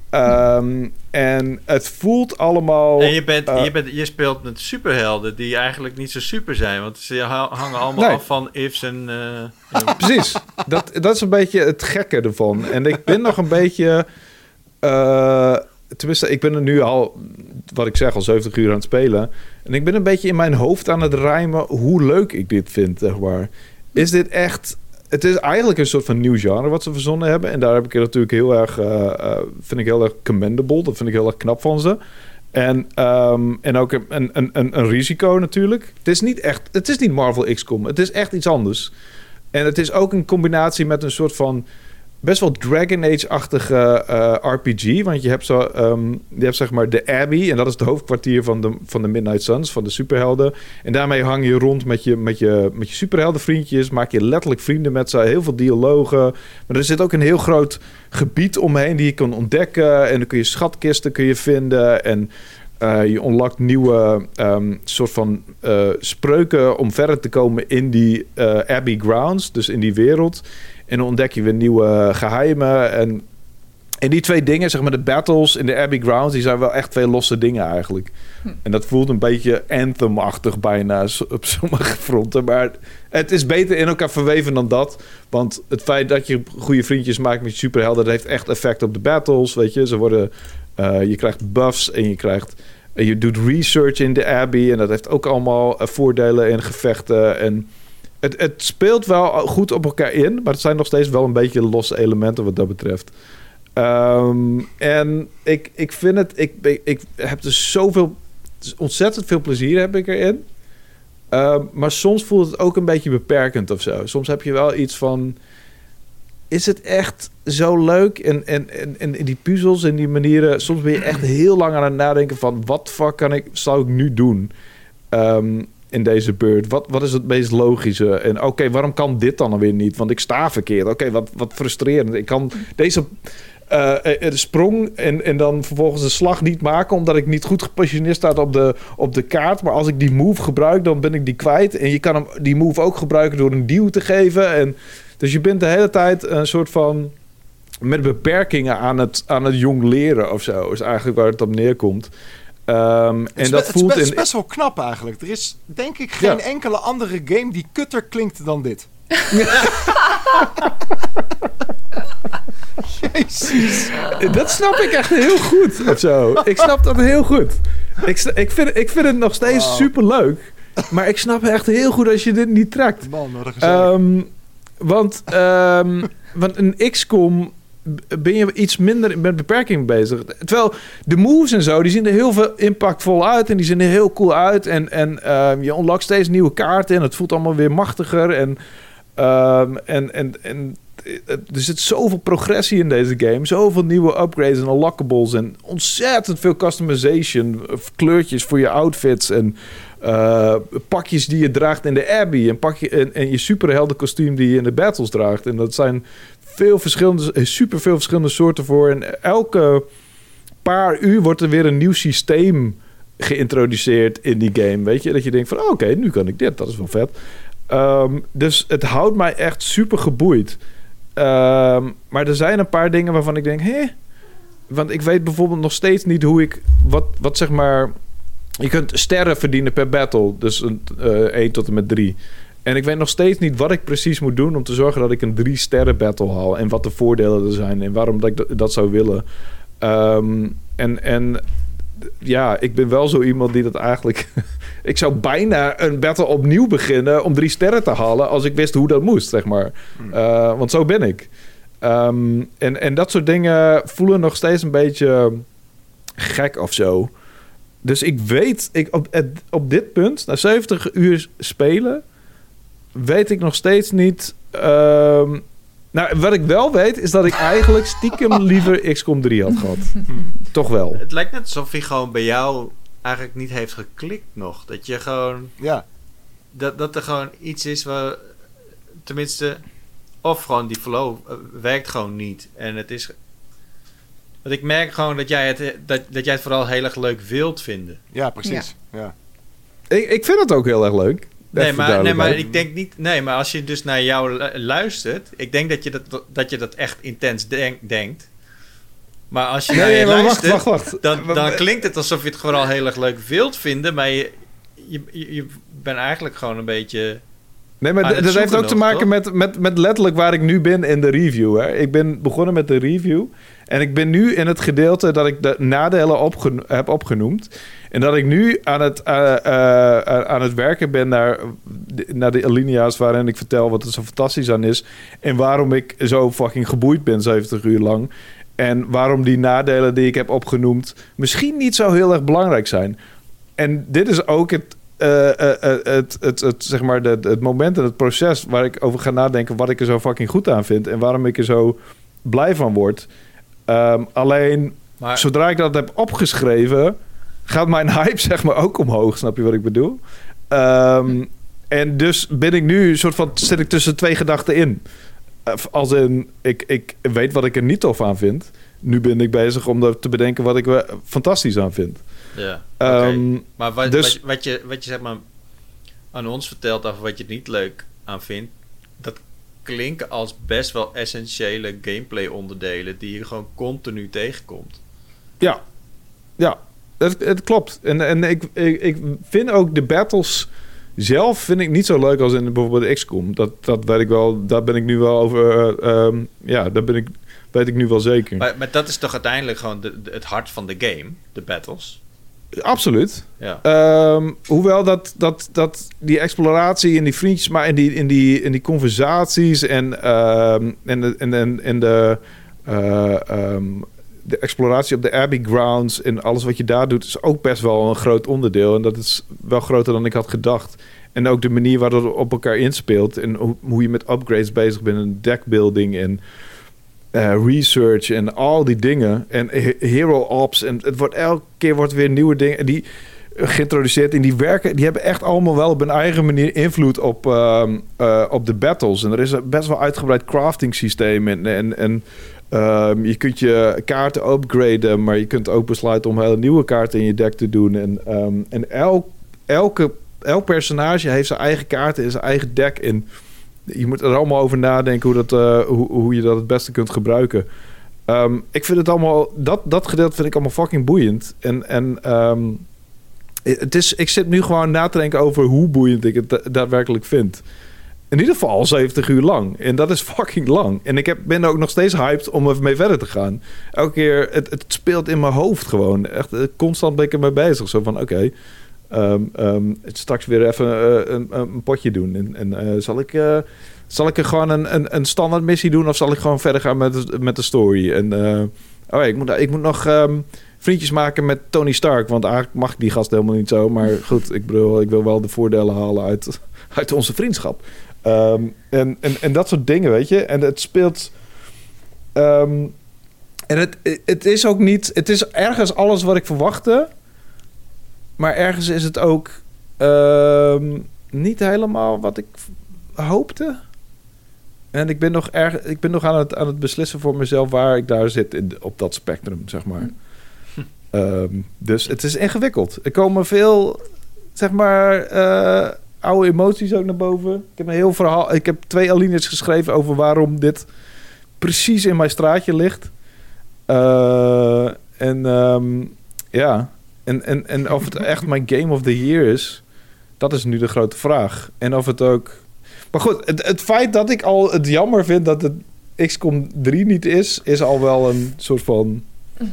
en het voelt allemaal... En je speelt met superhelden die eigenlijk niet zo super zijn. Want ze hangen allemaal af van ifs en... Precies. Dat is een beetje het gekke ervan. En ik ben nog een beetje... tenminste, ik ben er nu al... wat ik zeg, al 70 uur aan het spelen. En ik ben een beetje in mijn hoofd aan het rijmen... hoe leuk ik dit vind, zeg maar. Is dit echt... Het is eigenlijk een soort van nieuw genre wat ze verzonnen hebben. En daar heb ik natuurlijk heel erg... vind ik heel erg commendable. Dat vind ik heel erg knap van ze. En ook een risico natuurlijk. Het is niet Marvel XCOM. Het is echt iets anders. En het is ook een combinatie met een soort van... best wel Dragon Age-achtige RPG. Want je hebt zeg maar de Abbey. En dat is het hoofdkwartier van de Midnight Suns. Van de superhelden. En daarmee hang je rond met je superheldenvriendjes. Maak je letterlijk vrienden met ze. Heel veel dialogen. Maar er zit ook een heel groot gebied omheen die je kan ontdekken. En dan kun je schatkisten vinden. En Je unlockt nieuwe soort van spreuken om verder te komen in die Abbey Grounds, dus in die wereld. En dan ontdek je weer nieuwe geheimen. En die 2 dingen, zeg maar de battles in de Abbey Grounds, die zijn wel echt 2 losse dingen eigenlijk. En dat voelt een beetje Anthem-achtig bijna op sommige fronten. Maar het is beter in elkaar verweven dan dat. Want het feit dat je goede vriendjes maakt met je superhelden, dat heeft echt effect op de battles, weet je. Ze worden, je krijgt buffs en je doet research in de Abbey. En dat heeft ook allemaal voordelen in gevechten. En het speelt wel goed op elkaar in, maar het zijn nog steeds wel een beetje losse elementen wat dat betreft. En ik vind het... Ik heb dus ontzettend veel plezier heb ik erin. Maar soms voelt het ook een beetje beperkend of zo. Soms heb je wel iets van... Is het echt zo leuk? En die puzzels en die manieren... Soms ben je echt heel lang aan het nadenken van... Wat fuck zou ik nu doen? In deze beurt. Wat is het meest logische? En oké, waarom kan dit dan alweer niet? Want ik sta verkeerd. Oké, wat frustrerend. Ik kan deze... de sprong en dan vervolgens de slag niet maken... omdat ik niet goed gepositioneerd sta op de kaart. Maar als ik die move gebruik, dan ben ik die kwijt. En je kan die move ook gebruiken door een duw te geven. Dus je bent de hele tijd een soort van... met beperkingen aan het jong leren of zo. Is eigenlijk waar het op neerkomt. Het is best wel knap eigenlijk. Er is denk ik geen enkele andere game die kutter klinkt dan dit. Jezus. Dat snap ik echt heel goed of zo. Ik snap dat heel goed. Ik vind het nog steeds super leuk. Maar ik snap echt heel goed als je dit niet trekt. Man, wat een want een XCOM ben je iets minder met beperking bezig. Terwijl de moves en zo, die zien er heel veel impactvol uit. En die zien er heel cool uit. En je unlockt steeds nieuwe kaarten. En het voelt allemaal weer machtiger. En er zit zoveel progressie in deze game. Zoveel nieuwe upgrades en unlockables. En ontzettend veel customization. Kleurtjes voor je outfits. En pakjes die je draagt in de Abbey. En je superheldenkostuum die je in de battles draagt. En dat zijn super veel verschillende soorten voor. En elke paar uur wordt er weer een nieuw systeem geïntroduceerd in die game. Weet je? Dat je denkt van, oké, nu kan ik dit. Dat is wel vet. Dus het houdt mij echt super geboeid. Maar er zijn een paar dingen waarvan ik denk... Want ik weet bijvoorbeeld nog steeds niet hoe ik... Wat zeg maar... Je kunt sterren verdienen per battle. Dus 1 tot en met 3. En ik weet nog steeds niet wat ik precies moet doen... om te zorgen dat ik een 3-sterren battle haal. En wat de voordelen er zijn. En waarom dat ik dat zou willen. Ja, ik ben wel zo iemand die dat eigenlijk... ik zou bijna een battle opnieuw beginnen... om 3 sterren te halen... als ik wist hoe dat moest, zeg maar. Want zo ben ik. En dat soort dingen voelen nog steeds een beetje gek of zo. Dus ik weet... op dit punt, na 70 uur spelen... weet ik nog steeds niet... Nou, wat ik wel weet, is dat ik eigenlijk stiekem liever XCOM 3 had gehad. Toch wel. Het lijkt net alsof hij gewoon bij jou eigenlijk niet heeft geklikt nog. Dat je gewoon... Ja. Dat er gewoon iets is waar... Tenminste... Of gewoon die flow werkt gewoon niet. En het is... Want ik merk gewoon dat jij het vooral heel erg leuk wilt vinden. Ja, precies. Ja. Ik vind het ook heel erg leuk. Nee, maar ik denk niet... Nee, maar als je dus naar jou luistert... Ik denk dat je dat echt intens denkt. Maar als je naar je luistert... Wacht. Dan klinkt het alsof je het vooral heel erg leuk wilt vinden... Maar je bent eigenlijk gewoon een beetje... Nee, maar dat heeft ook te maken met letterlijk waar ik nu ben in de review. Hè. Ik ben begonnen met de review. En ik ben nu in het gedeelte dat ik de nadelen heb opgenoemd. En dat ik nu aan het werken ben naar de alinea's waarin ik vertel wat er zo fantastisch aan is. En waarom ik zo fucking geboeid ben 70 uur lang. En waarom die nadelen die ik heb opgenoemd misschien niet zo heel erg belangrijk zijn. En dit is ook zeg maar het moment en het proces waar ik over ga nadenken wat ik er zo fucking goed aan vind en waarom ik er zo blij van word. Alleen zodra ik dat heb opgeschreven, gaat mijn hype zeg maar ook omhoog. Snap je wat ik bedoel? En dus ben ik nu zit ik tussen 2 gedachten in. Als in, ik weet wat ik er niet tof aan vind. Nu ben ik bezig om te bedenken wat ik er fantastisch aan vind. Ja, okay. Maar wat je zeg maar aan ons vertelt over wat je er niet leuk aan vindt, dat klinken als best wel essentiële gameplay onderdelen die je gewoon continu tegenkomt. Ja, het klopt. En ik vind ook de battles zelf vind ik niet zo leuk als in bijvoorbeeld XCOM. Dat weet ik wel. Daar ben ik nu wel over. Weet ik nu wel zeker. Maar dat is toch uiteindelijk gewoon het hart van de game, de battles? Absoluut. Ja. Hoewel dat die exploratie en die vriendjes, maar in die conversaties en de exploratie op de Abbey Grounds en alles wat je daar doet, is ook best wel een groot onderdeel. En dat is wel groter dan ik had gedacht. En ook de manier waarop het op elkaar inspeelt en hoe je met upgrades bezig bent en deckbuilding en research en al die dingen. En hero ops. En het wordt elke keer weer nieuwe dingen die geïntroduceerd. En die werken, die hebben echt allemaal wel op een eigen manier invloed op de battles. En er is een best wel uitgebreid crafting systeem. En je kunt je kaarten upgraden, maar je kunt ook besluiten om hele nieuwe kaarten in je deck te doen. En elk personage heeft zijn eigen kaarten en zijn eigen deck. En je moet er allemaal over nadenken hoe je dat het beste kunt gebruiken. Ik vind het allemaal... Dat gedeelte vind ik allemaal fucking boeiend. Ik zit nu gewoon na te denken over hoe boeiend ik het daadwerkelijk vind. In ieder geval 70 uur lang. En dat is fucking lang. En ik ben ook nog steeds hyped om even mee verder te gaan. Elke keer, het speelt in mijn hoofd gewoon. Echt constant ben ik ermee bezig. Zo van, oké. Straks weer even een potje doen. En zal ik er gewoon een standaard missie doen, of zal ik gewoon verder gaan met de story? Ik moet nog vriendjes maken met Tony Stark, want eigenlijk mag ik die gast helemaal niet zo. Maar goed, ik bedoel, ik wil wel de voordelen halen uit onze vriendschap. En dat soort dingen, weet je. En het speelt... en het is ook niet... Het is ergens alles wat ik verwachtte. Maar ergens is het ook niet helemaal wat ik hoopte. En ik ben nog aan het beslissen voor mezelf waar ik daar zit op dat spectrum, zeg maar. Dus het is ingewikkeld. Er komen veel, zeg maar, oude emoties ook naar boven. Ik heb een heel verhaal. Ik heb 2 alinea's geschreven over waarom dit precies in mijn straatje ligt. En of het echt mijn Game of the Year is, dat is nu de grote vraag. En of het ook... Maar goed, het feit dat ik al het jammer vind dat het XCOM 3 niet is al wel een soort van...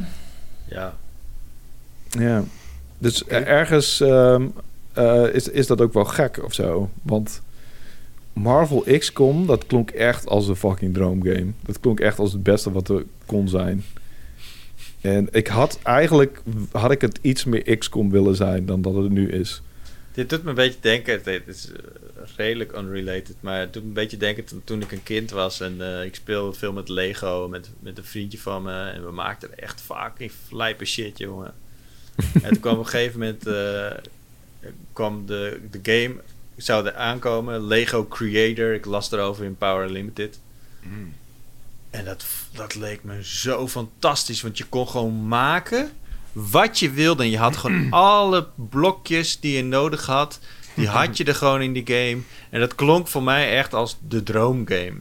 Ja. Dus ergens is dat ook wel gek of zo. Want Marvel XCOM, dat klonk echt als een fucking droomgame. Dat klonk echt als het beste wat er kon zijn. En had ik het iets meer XCOM willen zijn dan dat het nu is. Dit doet me een beetje denken, het is redelijk unrelated, maar het doet me een beetje denken toen ik een kind was en ik speelde veel met Lego, met een vriendje van me en we maakten echt fucking lijpe shit, jongen. En toen kwam op een gegeven moment kwam de game, zou er aankomen, Lego Creator, ik las erover in Power Unlimited. En dat leek me zo fantastisch, want je kon gewoon maken wat je wilde. En je had gewoon alle blokjes die je nodig had, die had je er gewoon in die game. En dat klonk voor mij echt als de droomgame.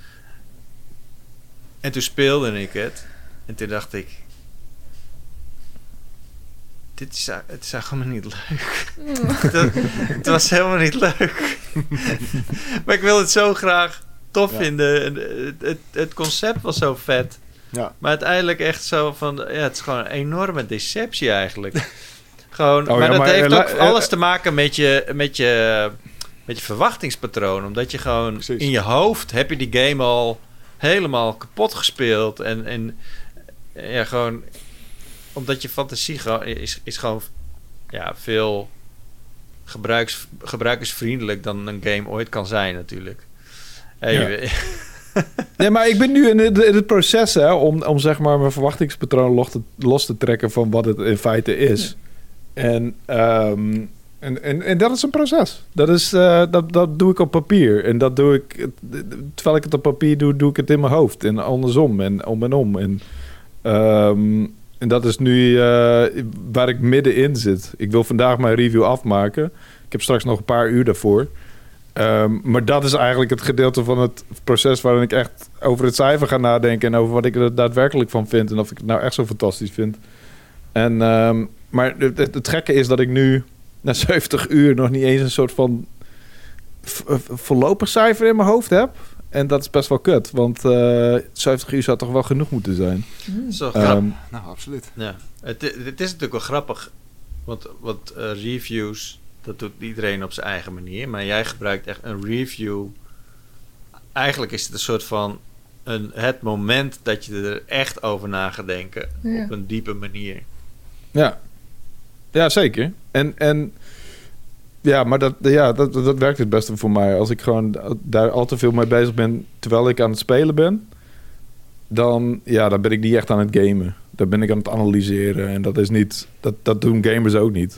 En toen speelde ik het. En toen dacht ik, het is helemaal niet leuk. Het was helemaal niet leuk. Maar ik wil het zo graag tof vinden. Het concept was zo vet. Ja. Maar uiteindelijk echt zo van... Ja, het is gewoon een enorme deceptie eigenlijk. Gewoon, maar dat heeft ook alles te maken met je verwachtingspatroon. Omdat je gewoon... Precies. In je hoofd heb je die game al helemaal kapot gespeeld. En ja, gewoon... Omdat je fantasie is gewoon veel gebruikersvriendelijk dan een game ooit kan zijn natuurlijk. Hey, Nee, maar ik ben nu in het proces om zeg maar mijn verwachtingspatroon los te trekken van wat het in feite is. En dat is een proces. Dat doe ik op papier. En dat doe ik, terwijl ik het op papier doe ik het in mijn hoofd. En andersom en om en om. En dat is nu waar ik middenin zit. Ik wil vandaag mijn review afmaken. Ik heb straks nog een paar uur daarvoor. Maar dat is eigenlijk het gedeelte van het proces waarin ik echt over het cijfer ga nadenken en over wat ik er daadwerkelijk van vind en of ik het nou echt zo fantastisch vind. Maar het gekke is dat ik nu na 70 uur nog niet eens een soort van voorlopig cijfer in mijn hoofd heb. En dat is best wel kut, want 70 uur zou toch wel genoeg moeten zijn. Zo nou, absoluut. Ja. Het is natuurlijk wel grappig, want reviews, dat doet iedereen op zijn eigen manier. Maar jij gebruikt echt een review. Eigenlijk is het een soort van het moment dat je er echt over na gaat denken. Ja. Op een diepe manier. Ja, zeker. En ja, maar dat werkt het beste voor mij. Als ik gewoon daar al te veel mee bezig ben terwijl ik aan het spelen ben, dan ben ik niet echt aan het gamen. Dan ben ik aan het analyseren. En dat is niet. Dat doen gamers ook niet.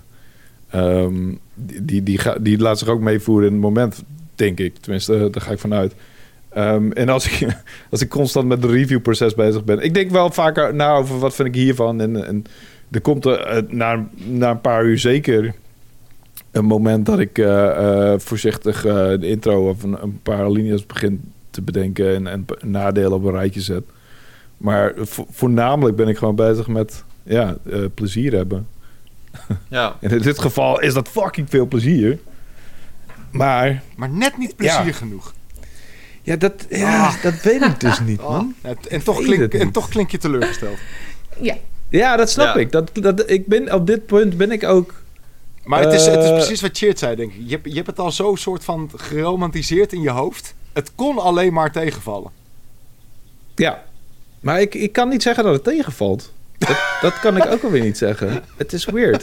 Die laat zich ook meevoeren in het moment, denk ik. Tenminste, daar ga ik vanuit. En als ik constant met de reviewproces bezig ben, ik denk wel vaker na over wat vind ik hiervan. En er komt na een paar uur zeker een moment dat ik voorzichtig de intro of een paar linies begin te bedenken en nadelen op een rijtje zet. Maar voornamelijk ben ik gewoon bezig met plezier hebben. Ja. En in dit geval is dat fucking veel plezier. Maar net niet plezier genoeg. Ja, dat weet ik dus niet, man. En toch klink je teleurgesteld. Ja, dat snap ik. Ik ben op dit punt ben ik ook. Maar het is precies wat Cheert zei, denk ik. Je hebt het al zo soort van geromantiseerd in je hoofd. Het kon alleen maar tegenvallen. Ja, maar ik kan niet zeggen dat het tegenvalt. Dat kan ik ook alweer niet zeggen. Het is weird.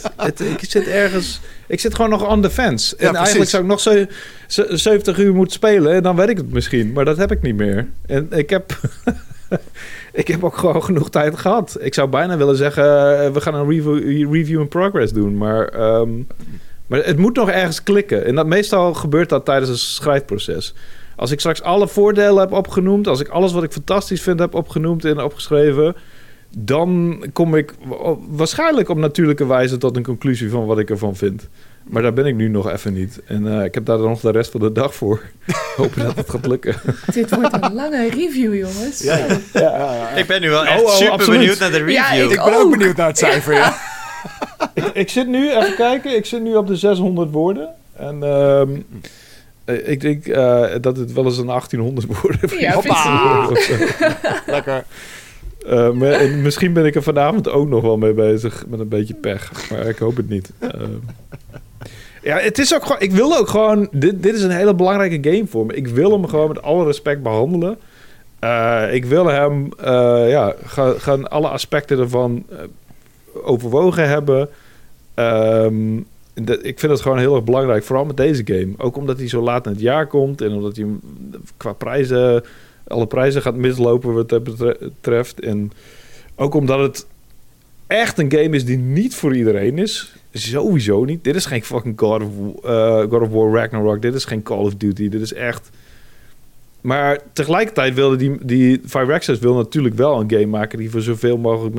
Ik zit gewoon nog on the fence. En eigenlijk zou ik nog 70 uur moeten spelen en dan weet ik het misschien. Maar dat heb ik niet meer. En ik heb ook gewoon genoeg tijd gehad. Ik zou bijna willen zeggen, we gaan een review in progress doen. Maar het moet nog ergens klikken. En meestal gebeurt dat tijdens een schrijfproces. Als ik straks alle voordelen heb opgenoemd, als ik alles wat ik fantastisch vind heb opgenoemd en opgeschreven, dan kom ik waarschijnlijk op natuurlijke wijze tot een conclusie van wat ik ervan vind. Maar daar ben ik nu nog even niet. En ik heb daar dan nog de rest van de dag voor. Hopen dat het gaat lukken. Dit wordt een lange review, jongens. Ja. Ik ben nu wel echt super benieuwd naar de review. Ja, ik ben ook benieuwd naar het cijfer, ja. Ik zit nu, even kijken, ik zit nu op de 600 woorden. En ik denk dat het wel eens een 1800 woorden is. Ja, lekker. Misschien ben ik er vanavond ook nog wel mee bezig met een beetje pech. Maar ik hoop het niet. Ja, het is ook gewoon. Ik wil ook gewoon. Dit is een hele belangrijke game voor me. Ik wil hem gewoon met alle respect behandelen. Ik wil hem gaan alle aspecten ervan overwogen hebben. Ik vind het gewoon heel erg belangrijk, vooral met deze game. Ook omdat hij zo laat in het jaar komt en omdat hij qua prijzen alle prijzen gaat mislopen wat dat betreft. En ook omdat het echt een game is die niet voor iedereen is. Sowieso niet. Dit is geen fucking God of War Ragnarok. Dit is geen Call of Duty. Dit is echt. Maar tegelijkertijd wilde die Firaxis wil natuurlijk wel een game maken die voor zoveel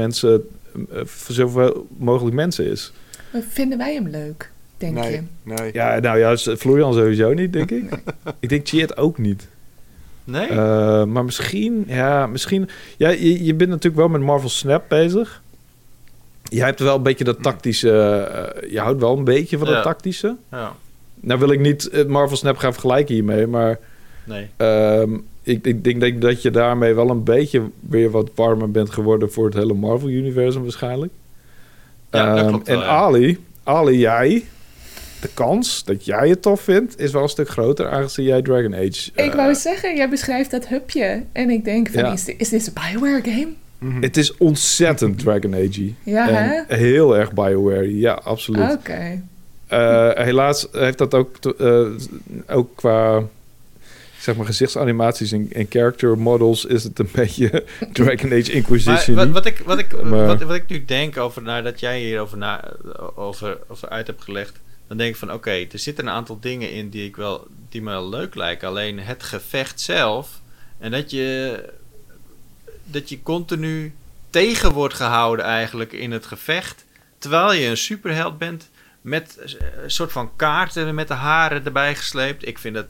mogelijk mensen is. Vinden wij hem leuk, denk je? Nee. Ja, nou ja, Florian sowieso niet, denk ik. Ik denk Cheert ook niet. Nee? Maar misschien. Ja, je bent natuurlijk wel met Marvel Snap bezig. Je hebt wel een beetje dat tactische. Je houdt wel een beetje van dat tactische. Ja. Nou wil ik niet Marvel Snap gaan vergelijken hiermee, maar nee. Ik denk dat je daarmee wel een beetje weer wat warmer bent geworden voor het hele Marvel-universum waarschijnlijk. Ja, dat klopt wel, en Ali, jij, de kans dat jij het tof vindt, is wel een stuk groter aangezien jij Dragon Age. Ik wou zeggen, jij beschrijft dat hubje. En ik denk van, is dit een BioWare game? Mm-hmm. Het is ontzettend Dragon Age. Ja, hè? Heel erg BioWare. Ja, absoluut. Oké. Helaas heeft dat ook qua zeg maar gezichtsanimaties en character models is het een beetje Dragon Age Inquisition. Maar wat ik nu denk over nadat jij hierover over uit hebt gelegd, dan denk ik van oké, er zitten een aantal dingen in die me wel leuk lijken. Alleen het gevecht zelf en dat je continu tegen wordt gehouden eigenlijk in het gevecht. Terwijl je een superheld bent met een soort van kaarten met de haren erbij gesleept. Ik vind dat...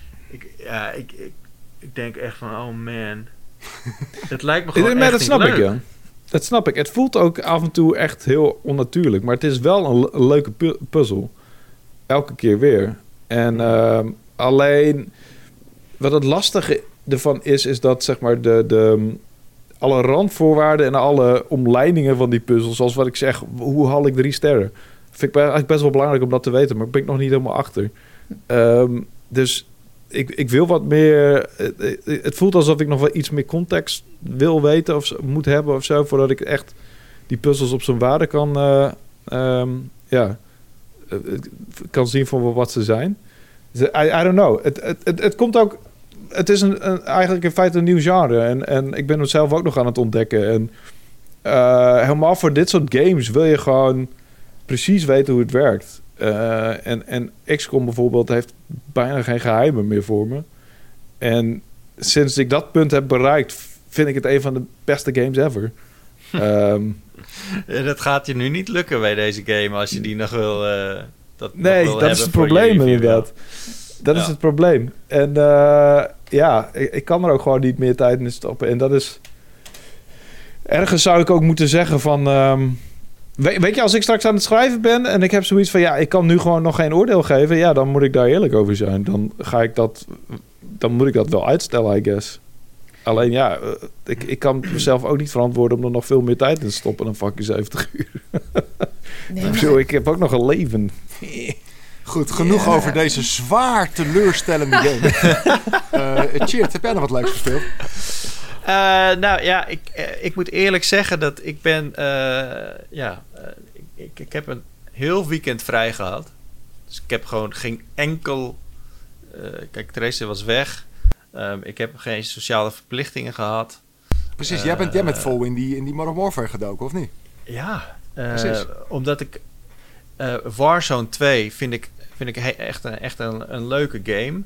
Ik denk echt van, oh man. Het lijkt me gewoon echt dat niet snap leuk. ik, ja. Dat snap ik. Het voelt ook af en toe echt heel onnatuurlijk. Maar het is wel een leuke puzzel. Elke keer weer. En alleen... Wat het lastige ervan is dat zeg maar alle randvoorwaarden en alle omleidingen van die puzzel, zoals wat ik zeg, hoe haal ik 3 sterren? Vind ik eigenlijk best wel belangrijk om dat te weten, maar ik ben nog niet helemaal achter. Dus ik wil wat meer... Het voelt alsof ik nog wel iets meer context wil weten of moet hebben of zo, voordat ik echt die puzzels op zijn waarde kan zien voor wat ze zijn. I don't know. Het komt ook... Het is eigenlijk in feite een nieuw genre. En ik ben het zelf ook nog aan het ontdekken. En helemaal voor dit soort games wil je gewoon precies weten hoe het werkt. En XCOM bijvoorbeeld heeft bijna geen geheimen meer voor me. En sinds ik dat punt heb bereikt, vind ik het een van de beste games ever. Dat gaat je nu niet lukken bij deze game als je die nog wil... dat is het probleem inderdaad. Dat is het probleem. En ik kan er ook gewoon niet meer tijd in stoppen. En dat is... Ergens zou ik ook moeten zeggen van... weet je, als ik straks aan het schrijven ben en ik heb zoiets van... ik kan nu gewoon nog geen oordeel geven. Ja, dan moet ik daar eerlijk over zijn. Dan moet ik dat wel uitstellen, I guess. Alleen ik kan mezelf ook niet verantwoorden om er nog veel meer tijd in te stoppen dan fucking 70 uur. Ik heb ook nog een leven. Goed, genoeg over deze zwaar teleurstellende game. Tjeerd, heb jij nog wat leuks gespeeld? Ik moet eerlijk zeggen dat ik ben... ik heb een heel weekend vrij gehad. Dus ik heb gewoon geen enkel... kijk, Therese was weg. Ik heb geen sociale verplichtingen gehad. Precies, jij bent vol in die Modern Warfare gedoken, of niet? Ja, omdat ik... Warzone 2 vind ik echt een leuke game.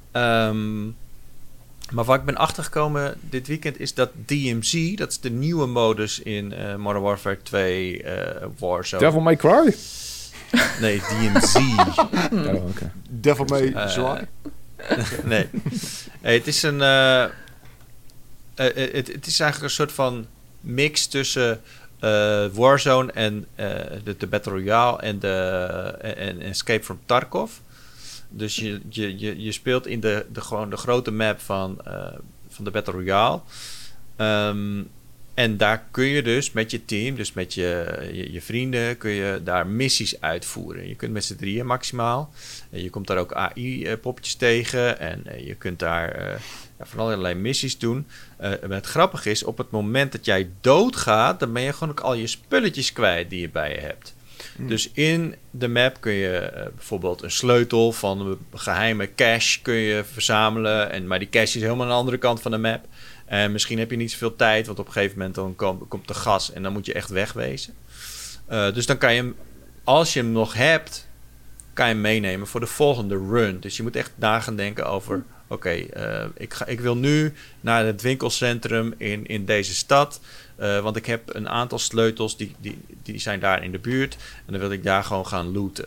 Maar waar ik ben achtergekomen dit weekend is dat DMZ, dat is de nieuwe modus in Modern Warfare 2 Warzone. Devil May Cry? Nee, DMZ. Okay. Devil May Cry? Nee. Het is een... het is eigenlijk een soort van mix tussen... Warzone en de Battle Royale en Escape from Tarkov. Dus je speelt in de grote map van de Battle Royale. En daar kun je dus met je team, dus met je vrienden, kun je daar missies uitvoeren. Je kunt met z'n 3 maximaal. Je komt daar ook AI-poppetjes tegen. En je kunt daar van allerlei missies doen. Het grappige is, op het moment dat jij doodgaat, dan ben je gewoon ook al je spulletjes kwijt die je bij je hebt. Dus in de map kun je bijvoorbeeld een sleutel van een geheime cache kun je verzamelen. Maar die cache is helemaal aan de andere kant van de map. En misschien heb je niet zoveel tijd, want op een gegeven moment dan komt de gas en dan moet je echt wegwezen. Dus dan kan je hem, als je hem nog hebt, kan je hem meenemen voor de volgende run. Dus je moet echt na gaan denken over... Oké, ik wil nu naar het winkelcentrum in deze stad. Want ik heb een aantal sleutels, die zijn daar in de buurt. En dan wil ik daar gewoon gaan looten.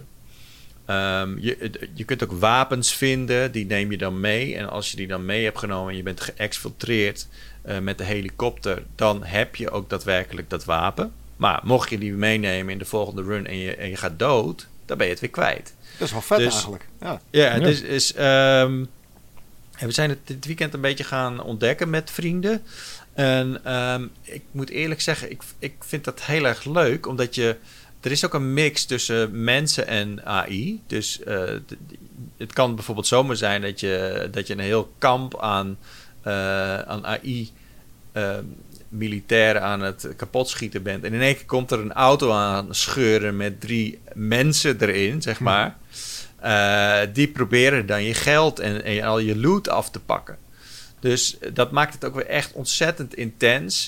Je kunt ook wapens vinden, die neem je dan mee. En als je die dan mee hebt genomen en je bent geëxfiltreerd met de helikopter... dan heb je ook daadwerkelijk dat wapen. Maar mocht je die meenemen in de volgende run en je gaat dood... dan ben je het weer kwijt. Dat is wel vet eigenlijk. Dus we zijn het dit weekend een beetje gaan ontdekken met vrienden. En ik moet eerlijk zeggen, ik vind dat heel erg leuk. Omdat er is ook een mix tussen mensen en AI. Dus het kan bijvoorbeeld zomaar zijn dat je een heel kamp aan AI militairen aan het kapotschieten bent. En in één keer komt er een auto aan scheuren met 3 mensen erin, zeg maar. Die proberen dan je geld en al je loot af te pakken. Dus dat maakt het ook weer echt ontzettend intens.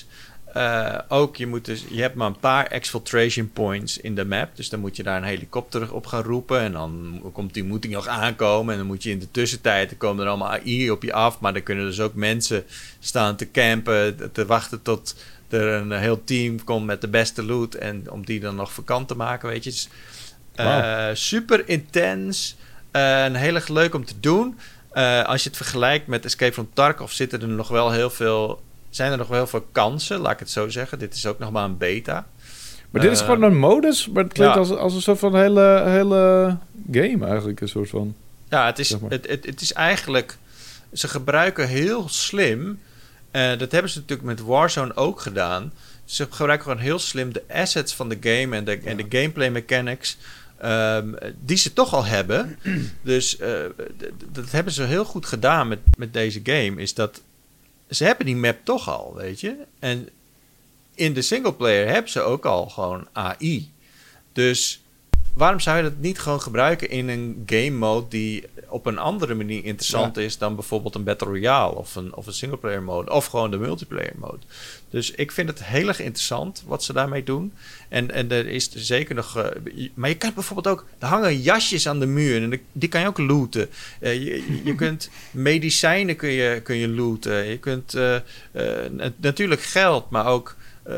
ook, je hebt maar een paar exfiltration points in de map. Dus dan moet je daar een helikopter op gaan roepen. En dan moet die nog aankomen. En dan moet je in de tussentijd, er komen er allemaal AI op je af. Maar dan kunnen dus ook mensen staan te campen, te wachten tot er een heel team komt met de beste loot. En om die dan nog vakant te maken, weet je. Dus, super intens. En heel erg leuk om te doen. Als je het vergelijkt met Escape from Tarkov, zijn er nog wel heel veel kansen, laat ik het zo zeggen. Dit is ook nog maar een beta. Maar dit is gewoon een modus, maar het klinkt als een soort van hele game eigenlijk, een soort van. Ja, het is eigenlijk, ze gebruiken heel slim, dat hebben ze natuurlijk met Warzone ook gedaan. Ze gebruiken gewoon heel slim de assets van de game en de gameplay mechanics, die ze toch al hebben. Dus dat hebben ze heel goed gedaan met deze game, is dat ze hebben die map toch al, weet je. En in de singleplayer hebben ze ook al gewoon AI. Dus waarom zou je dat niet gewoon gebruiken in een game mode die op een andere manier interessant is dan bijvoorbeeld een Battle Royale of een singleplayer mode of gewoon de multiplayer mode. Dus ik vind het heel erg interessant wat ze daarmee doen. En er is zeker nog... maar je kan bijvoorbeeld ook... Er hangen jasjes aan de muur en die kan je ook looten. Je kunt medicijnen kun je looten. Je kunt natuurlijk geld, maar ook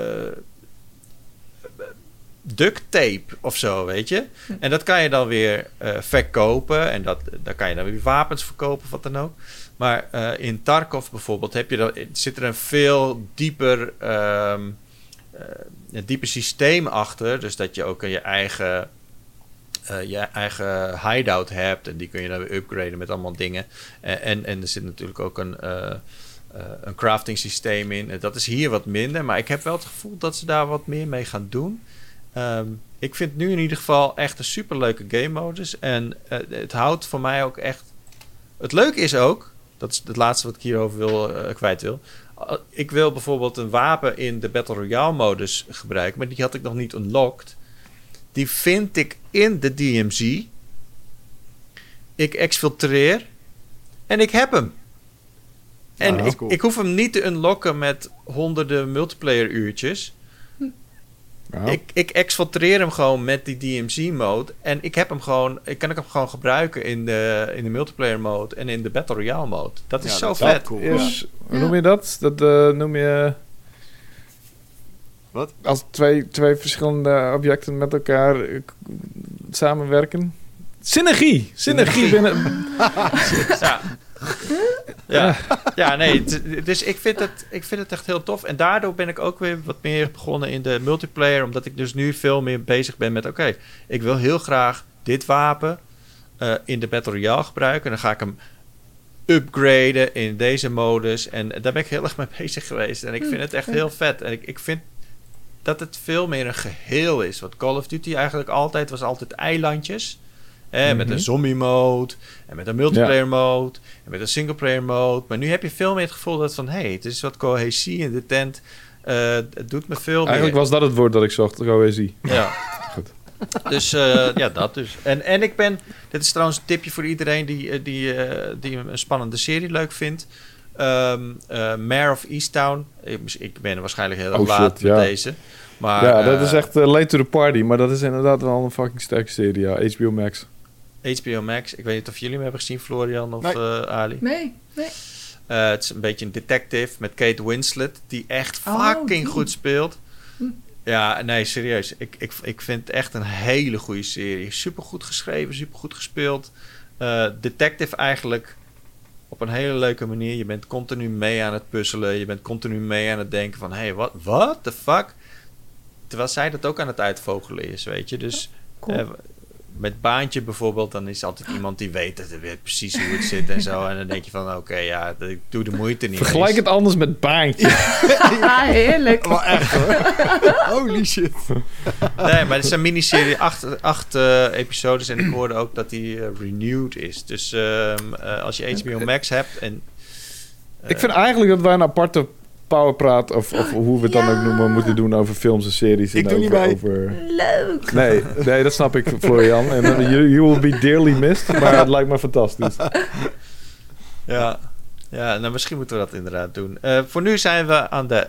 duct tape of zo, weet je. En dat kan je dan weer verkopen. En daar kan je dan weer wapens verkopen of wat dan ook. Maar in Tarkov bijvoorbeeld zit er een veel dieper systeem achter. Dus dat je ook je eigen hideout hebt. En die kun je dan weer upgraden met allemaal dingen. En er zit natuurlijk ook een crafting systeem in. Dat is hier wat minder. Maar ik heb wel het gevoel dat ze daar wat meer mee gaan doen. Ik vind nu in ieder geval echt een superleuke game modus. En het houdt voor mij ook echt... Het leuke is ook... Dat is het laatste wat ik hierover kwijt wil. Ik wil bijvoorbeeld een wapen in de Battle Royale modus gebruiken. Maar die had ik nog niet unlocked. Die vind ik in de DMZ. Ik exfiltreer. En ik heb hem. En cool. ik hoef hem niet te unlocken met honderden multiplayer uurtjes. Ja. Ik exfiltreer hem gewoon met die DMZ-mode. En ik kan hem gewoon gebruiken in de multiplayer mode en in de Battle Royale mode. Dat is zo vet. Cool. Hoe noem je dat? Dat noem je... Wat? Als twee verschillende objecten met elkaar samenwerken. Synergie binnen... Ja, nee. Dus ik vind het echt heel tof. En daardoor ben ik ook weer wat meer begonnen in de multiplayer. Omdat ik dus nu veel meer bezig ben met... Oké, ik wil heel graag dit wapen in de Battle Royale gebruiken. En dan ga ik hem upgraden in deze modus. En daar ben ik heel erg mee bezig geweest. En ik vind het echt heel vet. En ik vind dat het veel meer een geheel is. Wat Call of Duty eigenlijk was altijd eilandjes. Met een zombie mode. En met een multiplayer mode. En met een singleplayer mode. Maar nu heb je veel meer het gevoel dat van... het is wat cohesie in de tent. Het doet me veel meer. Eigenlijk was dat het woord dat ik zocht. Cohesie. Ja. Goed. Dus dat dus. En dit is trouwens een tipje voor iedereen die een spannende serie leuk vindt. Mare of Easttown. Ik ben waarschijnlijk heel erg laat met deze. Maar, dat is echt late to the party. Maar dat is inderdaad wel een fucking sterke serie. Ja, HBO Max. HBO Max. Ik weet niet of jullie hem hebben gezien, Florian of Ali. Nee. Het is een beetje een detective met Kate Winslet. Die echt fucking goed speelt. Ja, nee, serieus. Ik vind het echt een hele goede serie. Super goed geschreven, super goed gespeeld. Detective eigenlijk op een hele leuke manier. Je bent continu mee aan het puzzelen. Je bent continu mee aan het denken van... what the fuck? Terwijl zij dat ook aan het uitvogelen is, weet je. Dus cool. Met Baantje bijvoorbeeld... dan is altijd iemand die weet precies hoe het zit en zo. En dan denk je van, ik doe de moeite niet. Vergelijk het anders met Baantje. Ja, heerlijk. Maar echt hoor. Holy shit. Nee, maar het is een miniserie, 8 episodes. En ik hoorde ook dat die renewed is. Dus als je HBO Max hebt... en ik vind eigenlijk dat wij een aparte powerpraat... of hoe we het dan ook noemen... moeten doen over films en series. Ik en doe niet mee. Leuk. Nee, dat snap ik, Florian. En you will be dearly missed. Maar het lijkt me fantastisch. Ja, nou misschien moeten we dat inderdaad doen. Voor nu zijn we aan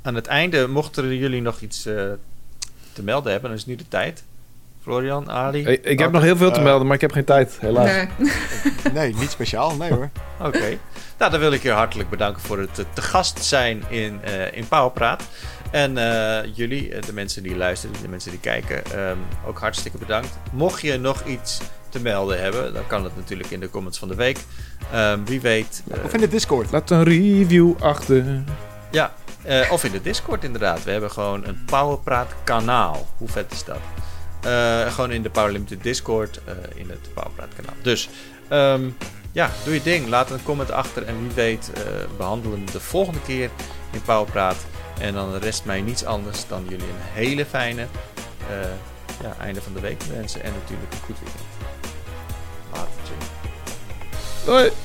aan het einde, mochten jullie nog iets te melden hebben, dan is nu de tijd. Florian, Ali? Ik heb nog heel veel te melden, maar ik heb geen tijd, helaas. Nee, niet speciaal. Nee hoor. Oké. Nou, dan wil ik je hartelijk bedanken voor het te gast zijn in Powerpraat. En jullie, de mensen die luisteren, de mensen die kijken, ook hartstikke bedankt. Mocht je nog iets te melden hebben, dan kan het natuurlijk in de comments van de week. Wie weet... of in de Discord. Laat een review achter. Ja, of in de Discord inderdaad. We hebben gewoon een Powerpraat kanaal. Hoe vet is dat? Gewoon in de Power Limited Discord, in het Powerpraat kanaal. Dus doe je ding. Laat een comment achter en wie weet behandelen we de volgende keer in Powerpraat. En dan rest mij niets anders dan jullie een hele fijne einde van de week te wensen. En natuurlijk een goed weekend. Later. Doei.